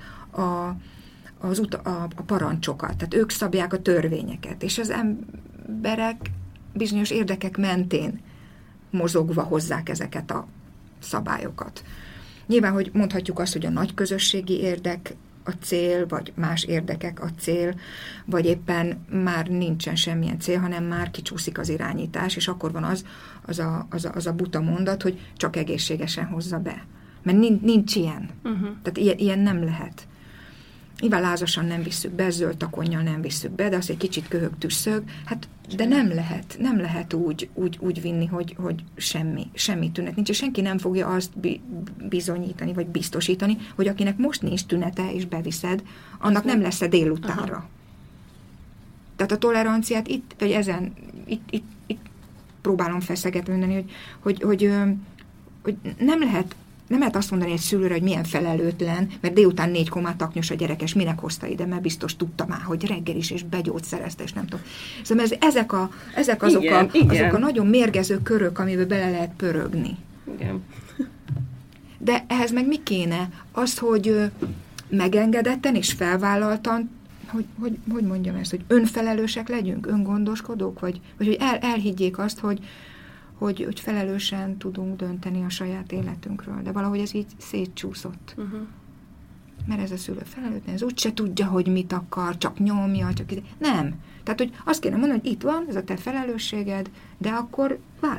a parancsokat, tehát ők szabják a törvényeket, és az emberek bizonyos érdekek mentén mozogva hozzák ezeket a szabályokat. Nyilván, hogy mondhatjuk azt, hogy a nagy közösségi érdek a cél, vagy más érdekek a cél, vagy éppen már nincsen semmilyen cél, hanem már kicsúszik az irányítás, és akkor van az a buta mondat, hogy csak egészségesen hozza be. Mert nincs ilyen. Tehát ilyen nem lehet. Nyilván lázasan nem visszük be, zöld takonnyal nem visszük be, de az egy kicsit köhög, tüsszög, hát de nem lehet úgy vinni, hogy semmi tünet nincs, és senki nem fogja azt bizonyítani, vagy biztosítani, hogy akinek most nincs tünete, és beviszed, annak nem lesz délutánra. Aha. Tehát a toleranciát itt próbálom feszegetni mondani, hogy nem lehet azt mondani egy szülőre, hogy milyen felelőtlen, mert délután 4 taknyos a gyerek, és minek hozta ide, mert biztos tudta már, hogy reggel is, és begyógyszerezte, és nem tudom. Szóval ezek azok a nagyon mérgező körök, amiben bele lehet pörögni. Igen. De ehhez meg mi kéne? Az, hogy megengedetten és felvállaltan, hogy mondjam ezt, hogy önfelelősek legyünk, öngondoskodók, vagy hogy elhiggyék azt, hogy felelősen tudunk dönteni a saját életünkről. De valahogy ez így szétcsúszott. Mert ez a szülő felelőtlen, ez úgyse tudja, hogy mit akar, csak nyomja, csak ide. Nem. Tehát, hogy azt kéne mondani, hogy itt van, ez a te felelősséged, de akkor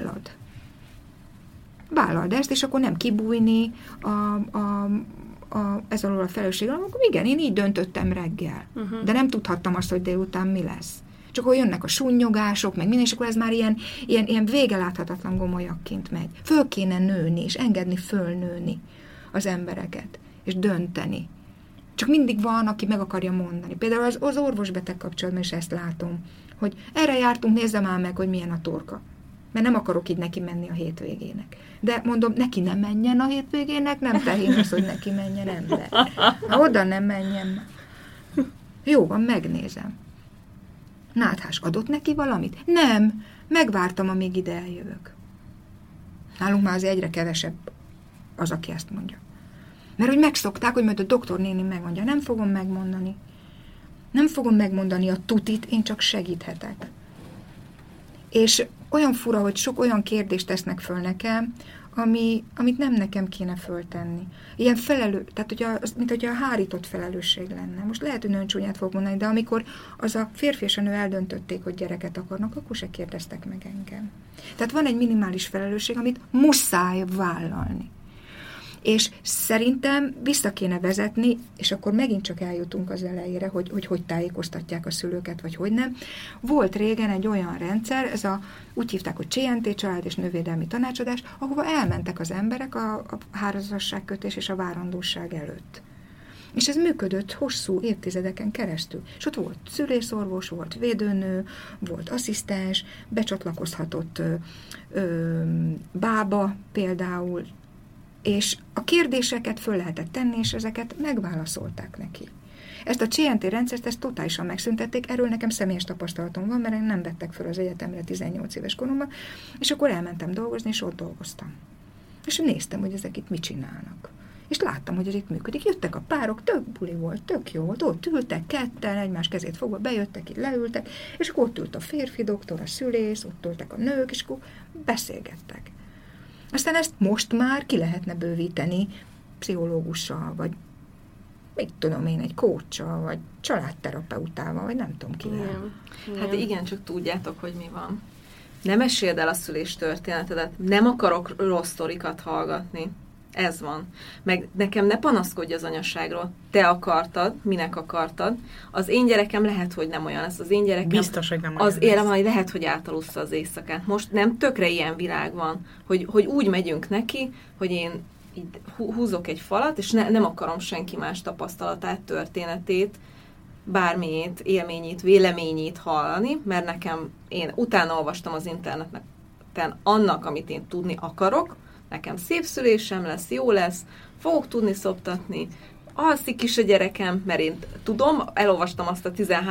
vállald ezt, és akkor nem kibújni ez alól a felelősség, akkor igen, én így döntöttem reggel. De nem tudhattam azt, hogy délután mi lesz. Csak akkor jönnek a sunnyogások, meg minden, és akkor ez már ilyen vége láthatatlan gomolyakként megy. Föl kéne nőni, és engedni fölnőni az embereket, és dönteni. Csak mindig van, aki meg akarja mondani. Például az orvosbeteg kapcsolatban is ezt látom, hogy erre jártunk, nézze már meg, hogy milyen a torka. Mert nem akarok így neki menni a hétvégének. De mondom, neki nem menjen a hétvégének, nem tehén az, hogy neki menjen ember. Ha oda nem menjen. Jó van, megnézem. Náthás, adott neki valamit? Nem, megvártam, amíg ide eljövök. Nálunk már azért egyre kevesebb az, aki ezt mondja. Mert hogy megszokták, hogy majd a doktornéni megmondja, nem fogom megmondani. Nem fogom megmondani a tutit, én csak segíthetek. És olyan fura, hogy sok olyan kérdést tesznek föl nekem, amit nem nekem kéne föltenni. Ilyen tehát mint hogyha a hárított felelősség lenne. Most lehet, hogy nagyon csúnyát fogok mondani, de amikor az a férfi és a nő eldöntötték, hogy gyereket akarnak, akkor se kérdeztek meg engem. Tehát van egy minimális felelősség, amit muszáj vállalni. És szerintem vissza kéne vezetni, és akkor megint csak eljutunk az elejére, hogy tájékoztatják a szülőket, vagy hogy nem. Volt régen egy olyan rendszer, úgy hívták, hogy CNT, család és nővédelmi tanácsadás, ahova elmentek az emberek a házasságkötés és a várandóság előtt. És ez működött hosszú évtizedeken keresztül. És ott volt szülészorvos, volt védőnő, volt asszisztens, becsatlakozhatott bába például, és a kérdéseket föl lehetett tenni, és ezeket megválaszolták neki. Ezt a CNT rendszert, ezt totálisan megszüntették, erről nekem személyes tapasztalatom van, mert én nem vettek föl az egyetemre 18 éves koromban, és akkor elmentem dolgozni, és ott dolgoztam. És néztem, hogy ezek itt mit csinálnak. És láttam, hogy ez itt működik. Jöttek a párok, tök buli volt, tök jó volt, ott ültek ketten, egymás kezét fogva, bejöttek, itt leültek, és akkor ott ült a férfi doktor, a szülész, ott ültek a nők, és akkor beszélgettek. Aztán ezt most már ki lehetne bővíteni pszichológussal, vagy mit tudom én, egy coachsal, vagy családterapeutával, vagy nem tudom kivel. Hát igen, csak tudjátok, hogy mi van. Nem meséld el a szülés történetedet, nem akarok rossz sztorikat hallgatni. Ez van. Meg nekem ne panaszkodj az anyaságról. Te akartad, minek akartad. Az én gyerekem lehet, hogy nem olyan lesz. Az én gyerekem biztos, hogy nem olyan az érem, hogy lehet, hogy átalussza az éjszakát. Most nem tökre ilyen világ van, hogy úgy megyünk neki, hogy én így húzok egy falat, és nem akarom senki más tapasztalatát, történetét, bármilyét, élményét, véleményét hallani, mert nekem, én utána olvastam az interneten annak, amit én tudni akarok, nekem szép szülésem lesz, jó lesz, fogok tudni szoptatni, alszik is a gyerekem, mert én tudom, elolvastam azt a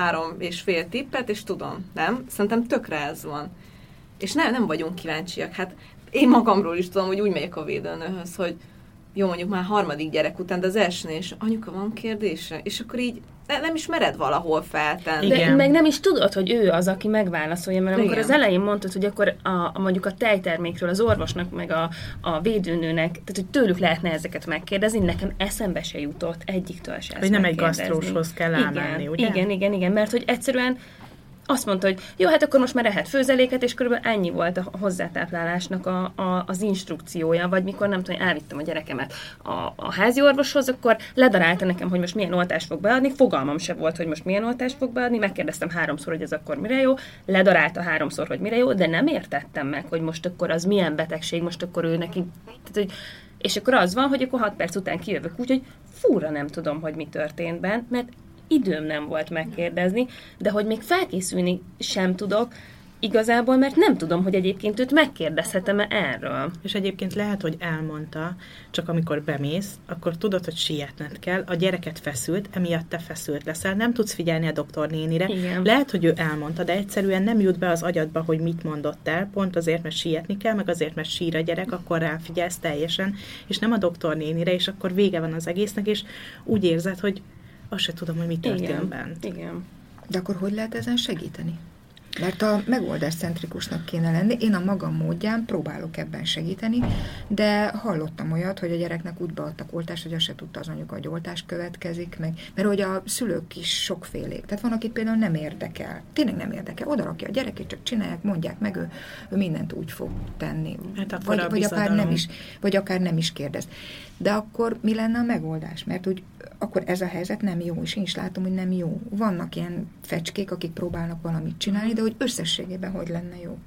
13,5 tippet, és tudom, nem? Szerintem tökre ez van. És nem vagyunk kíváncsiak. Hát én magamról is tudom, hogy úgy megyek a védőnőhöz, hogy jó, mondjuk már 3. gyerek után, de az elsőnél is, anyuka, van kérdése? És akkor így nem is mered valahol feltenni. De meg nem is tudod, hogy ő az, aki megválaszolja, mert amikor az elején mondtad, hogy akkor mondjuk a tejtermékről az orvosnak, meg a védőnőnek, tehát hogy tőlük lehetne ezeket megkérdezni, nekem eszembe se jutott egyiktől se. Hogy nem egy gasztróshoz kell elmenni, ugye? Igen, mert hogy egyszerűen azt mondta, hogy jó, hát akkor most már lehet főzeléket, és körülbelül ennyi volt a hozzátáplálásnak az instrukciója, vagy mikor nem tudom, elvittem a gyerekemet a házi orvoshoz, akkor ledarálta nekem, hogy most milyen oltást fog beadni, fogalmam se volt, hogy most milyen oltást fog beadni, megkérdeztem 3-szor, hogy ez akkor mire jó, ledarálta 3-szor, hogy mire jó, de nem értettem meg, hogy most akkor az milyen betegség, most akkor ő neki, tehát, hogy és akkor az van, hogy akkor 6 perc után kijövök úgy, hogy fúra nem tudom, hogy mi történt bent, mert időm nem volt megkérdezni, de hogy még felkészülni sem tudok, igazából, mert nem tudom, hogy egyébként őt megkérdezhetem-e erről. És egyébként lehet, hogy elmondta, csak amikor bemész, akkor tudod, hogy sietned kell, a gyereket feszült, emiatt te feszült leszel, nem tudsz figyelni a doktornénire. Igen. Lehet, hogy ő elmondta, de egyszerűen nem jut be az agyadba, hogy mit mondott el, pont azért, mert sietni kell, meg azért, mert sír a gyerek, akkor ráfigyelsz teljesen, és nem a doktornénire, és akkor vége van az egésznek, és úgy érzed, hogy azt se tudom, hogy mi történt bent. Igen. De akkor hogy lehet ezen segíteni? Mert a megoldáscentrikusnak kéne lenni, én a magam módján próbálok ebben segíteni, de hallottam olyat, hogy a gyereknek úgy beadtak oltást, hogy azt se tudta az anyuka, hogy oltás következik meg, mert hogy a szülők is sokfélék. Tehát van, akit például nem érdekel. Tényleg nem érdekel. Oda rakja a gyerekét, csak csinálják, mondják meg, ő mindent úgy fog tenni. Hát vagy akár nem is kérdez. De akkor mi lenne a megoldás? Mert úgy akkor ez a helyzet nem jó, és én is látom, hogy nem jó. Vannak ilyen fecskék, akik próbálnak valamit csinálni, de hogy összességében hogy lenne jó?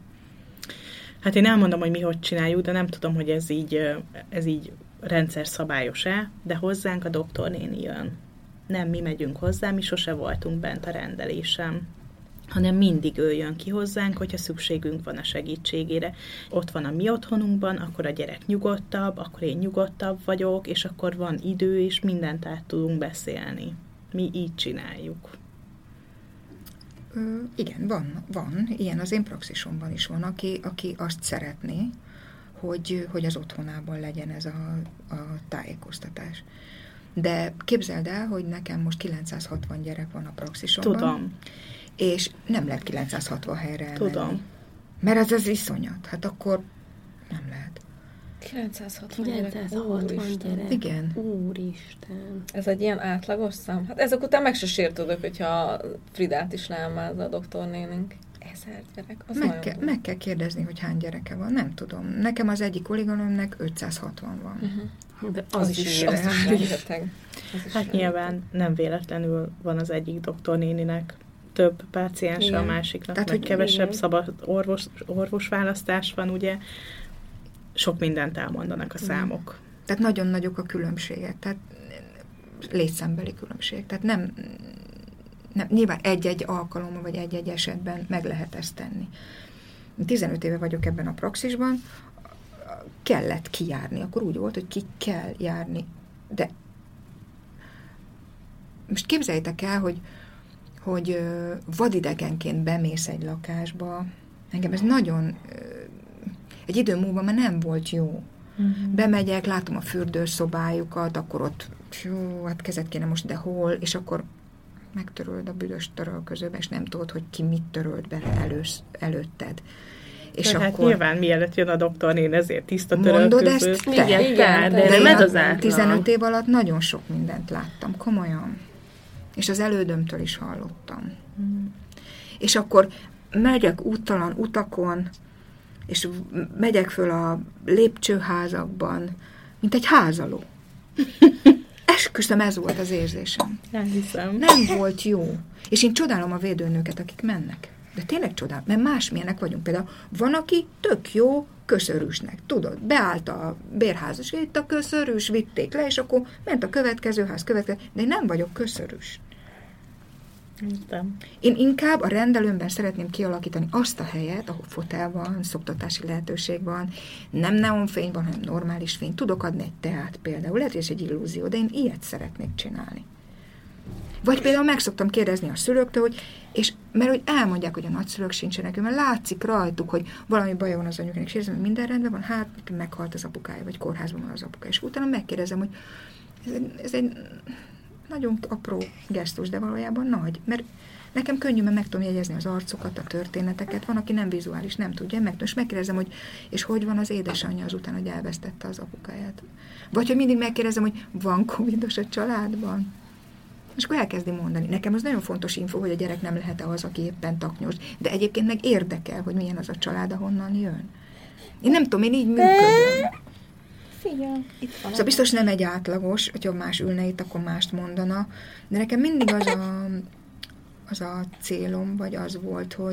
Hát én elmondom, hogy mi hogy csináljuk, de nem tudom, hogy ez így rendszer szabályos-e, de hozzánk a doktornéni jön. Nem mi megyünk hozzá, mi sose voltunk bent a rendelésen, hanem mindig ő jön ki hozzánk, hogyha szükségünk van a segítségére. Ott van a mi otthonunkban, akkor a gyerek nyugodtabb, akkor én nyugodtabb vagyok, és akkor van idő, és mindent át tudunk beszélni. Mi így csináljuk. Igen, van. Ilyen az én praxisomban is van, aki azt szeretné, hogy az otthonában legyen ez a tájékoztatás. De képzeld el, hogy nekem most 960 gyerek van a praxisomban. Tudom. És nem lehet 960 helyre elmenni. Tudom. Mert ez az iszonyat. Hát akkor nem lehet. 960 gyerek. Igen. Úristen. Ez egy ilyen átlagos szám? Hát ezek után meg se sértődök, hogyha Fridát is leámázza a doktornénink. 1000 gyerek, az meg kell kérdezni, hogy hány gyereke van, nem tudom. Nekem az egyik kolléganőmnek 560 van. De Az is rengeteg. Hát nyilván nem véletlenül van az egyik doktornéninek több páciense, a másiknak tehát, meg kevesebb szabad orvosválasztás van, ugye. Sok mindent elmondanak a számok. Tehát nagyon nagyok a különbségek, tehát létszámbeli különbség. Tehát nem nyilván egy-egy alkalommal, vagy egy-egy esetben meg lehet ezt tenni. 15 éve vagyok ebben a praxisban, kellett kijárni. Akkor úgy volt, hogy ki kell járni. De most képzeljétek el, hogy vadidegenként bemész egy lakásba. Engem ez nagyon... Egy idő múlva már nem volt jó. Bemegyek, látom a fürdőszobájukat, akkor ott, hát kezet kéne most, de hol, és akkor megtöröld a büdös törölközőbe, és nem tudod, hogy ki mit törölt bele előtted. És hát akkor... nyilván mielőtt jön a doktornén, ezért tiszta törölköző. Mondod ezt te? Igen, de nem ez az átlag. 15 év alatt nagyon sok mindent láttam, komolyan. És az elődömtől is hallottam. És akkor megyek úttalan utakon, és megyek föl a lépcsőházakban, mint egy házaló. Esküszöm, ez volt az érzésem. Elhiszem. Nem volt jó. És én csodálom a védőnőket, akik mennek. De tényleg csodálom, mert másmilyenek vagyunk. Például van, aki tök jó köszörűsnek. Tudod, beállt a bérházas, itt a köszörűs, vitték le, és akkor ment a következő ház, de én nem vagyok köszörűs. Én inkább a rendelőmben szeretném kialakítani azt a helyet, ahol fotel van, szoptatási lehetőség van, nem neonfény van, hanem normális fény. Tudok adni egy teát például, lehet, hogy ez egy illúzió, de én ilyet szeretnék csinálni. Vagy például meg szoktam kérdezni a szülőktől, mert hogy elmondják, hogy a nagyszülők sincsenek, mert látszik rajtuk, hogy valami baja van az anyukának, és érzem, hogy minden rendben van, hát meghalt az apukája, vagy kórházban van az apukája. És utána megkérdezem, hogy ez egy nagyon apró gesztus, de valójában nagy, mert nekem könnyű, mert meg tudom jegyezni az arcokat, a történeteket, van, aki nem vizuális, nem tudja, és megkérdezem, hogy és hogy van az édesanyja azután, hogy elvesztette az apukáját. Vagy hogy mindig megkérdezem, hogy van covidos a családban. És akkor elkezdi mondani. Nekem az nagyon fontos info, hogy a gyerek nem lehet-e az, aki éppen taknyos, de egyébként meg érdekel, hogy milyen az a család, ahonnan jön. Én nem tudom, én így működöm. Figyelj, itt van. Szóval biztos nem egy átlagos, hogyha más ülne itt, akkor mást mondana, de nekem mindig az a célom, vagy az volt, hogy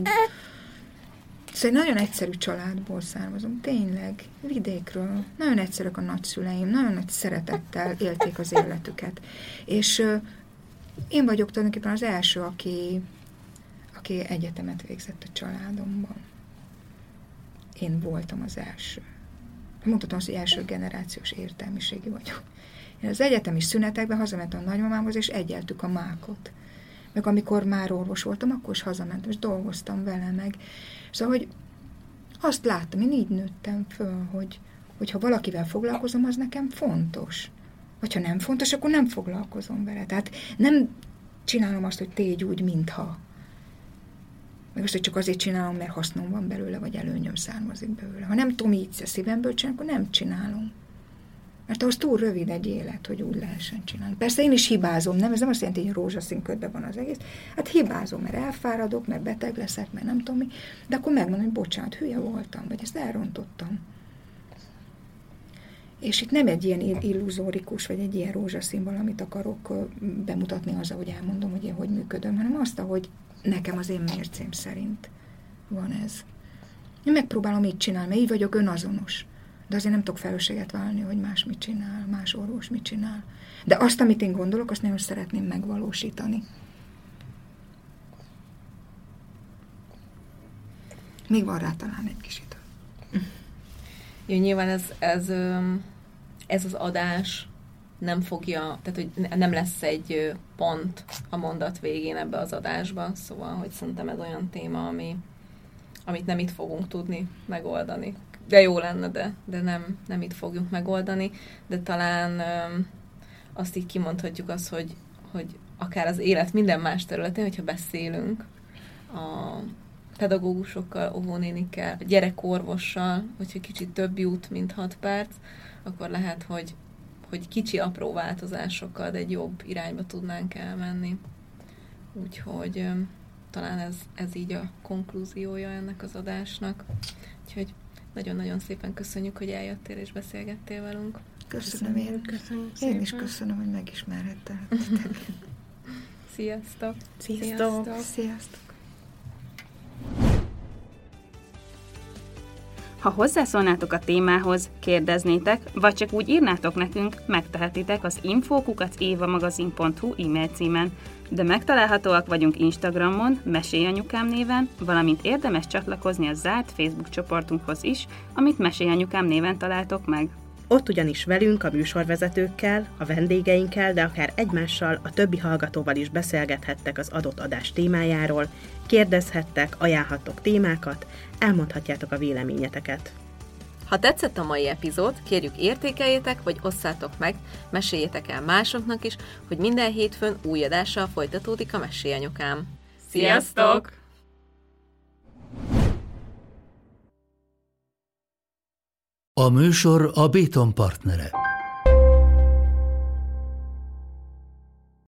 szóval egy nagyon egyszerű családból származom, tényleg, vidékről. Nagyon egyszerűek a nagyszüleim, nagyon nagy szeretettel élték az életüket. És én vagyok tulajdonképpen az első, aki egyetemet végzett a családomban. Én voltam az első. Mondhatom azt, hogy első generációs értelmiségi vagyok. Én az egyetemi szünetekben hazamentem a nagymamámhoz, és egyeltük a mákot. Meg amikor már orvos voltam, akkor is hazamentem, és dolgoztam vele meg. Szóval, hogy azt láttam, én így nőttem föl, hogy ha valakivel foglalkozom, az nekem fontos. Vagy ha nem fontos, akkor nem foglalkozom vele. Tehát nem csinálom azt, hogy tégy úgy, mintha. Meg azt, hogy csak azért csinálom, mert hasznom van belőle, vagy előnyöm származik belőle. Ha nem tudom így a szívemből csinálni, akkor nem csinálom. Mert ahhoz túl rövid egy élet, hogy úgy lehessen csinálni. Persze én is hibázom, nem? Ez nem azt jelenti, hogy rózsaszín ködben van az egész. Hát hibázom, mert elfáradok, mert beteg leszek, mert nem tudom mi. De akkor megmondom, hogy bocsánat, hülye voltam, vagy ezt elrontottam. És itt nem egy ilyen illuzórikus, vagy egy ilyen rózsaszín valamit akarok bemutatni azzal, hogy elmondom, hogy én hogy működöm, hanem azt, hogy nekem az én mércém szerint van ez. Én megpróbálom így csinálni, mert így vagyok önazonos. De azért nem tudok felelősséget vállalni, hogy más mit csinál, más orvos mit csinál. De azt, amit én gondolok, azt nagyon szeretném megvalósítani. Még van rá talán egy kis idő. Jó, nyilván ez az adás nem fogja, tehát hogy nem lesz egy pont a mondat végén ebbe az adásban, szóval, hogy szerintem ez olyan téma, amit nem itt fogunk tudni megoldani. De jó lenne, de nem itt fogjuk megoldani, de talán azt így kimondhatjuk azt, hogy akár az élet minden más területén, hogyha beszélünk pedagógusokkal, óvónénikkel, gyerekorvossal, hogyha kicsit több jut, mint 6 perc, akkor lehet, hogy kicsi apró változásokkal, de egy jobb irányba tudnánk elmenni. Úgyhogy talán ez így a konklúziója ennek az adásnak. Úgyhogy nagyon-nagyon szépen köszönjük, hogy eljöttél és beszélgettél velünk. Köszönöm én. Én is köszönöm, hogy megismerhettelek. Sziasztok! Sziasztok! Sziasztok! Ha hozzászólnátok a témához, kérdeznétek, vagy csak úgy írnátok nekünk, megtehetitek az info@évamagazin.hu e-mail címen, de megtalálhatóak vagyunk Instagramon, Mesélyanyukám néven, valamint érdemes csatlakozni a zárt Facebook csoportunkhoz is, amit Mesélyanyukám néven találtok meg. Ott ugyanis velünk, a műsorvezetőkkel, a vendégeinkkel, de akár egymással, a többi hallgatóval is beszélgethettek az adott adás témájáról, kérdezhettek, ajánlhattok témákat, elmondhatjátok a véleményeteket. Ha tetszett a mai epizód, kérjük értékeljétek, vagy osszátok meg, meséljétek el másoknak is, hogy minden hétfőn új adással folytatódik a Mesélyanyukám. Sziasztok! A műsor a Béton partnere.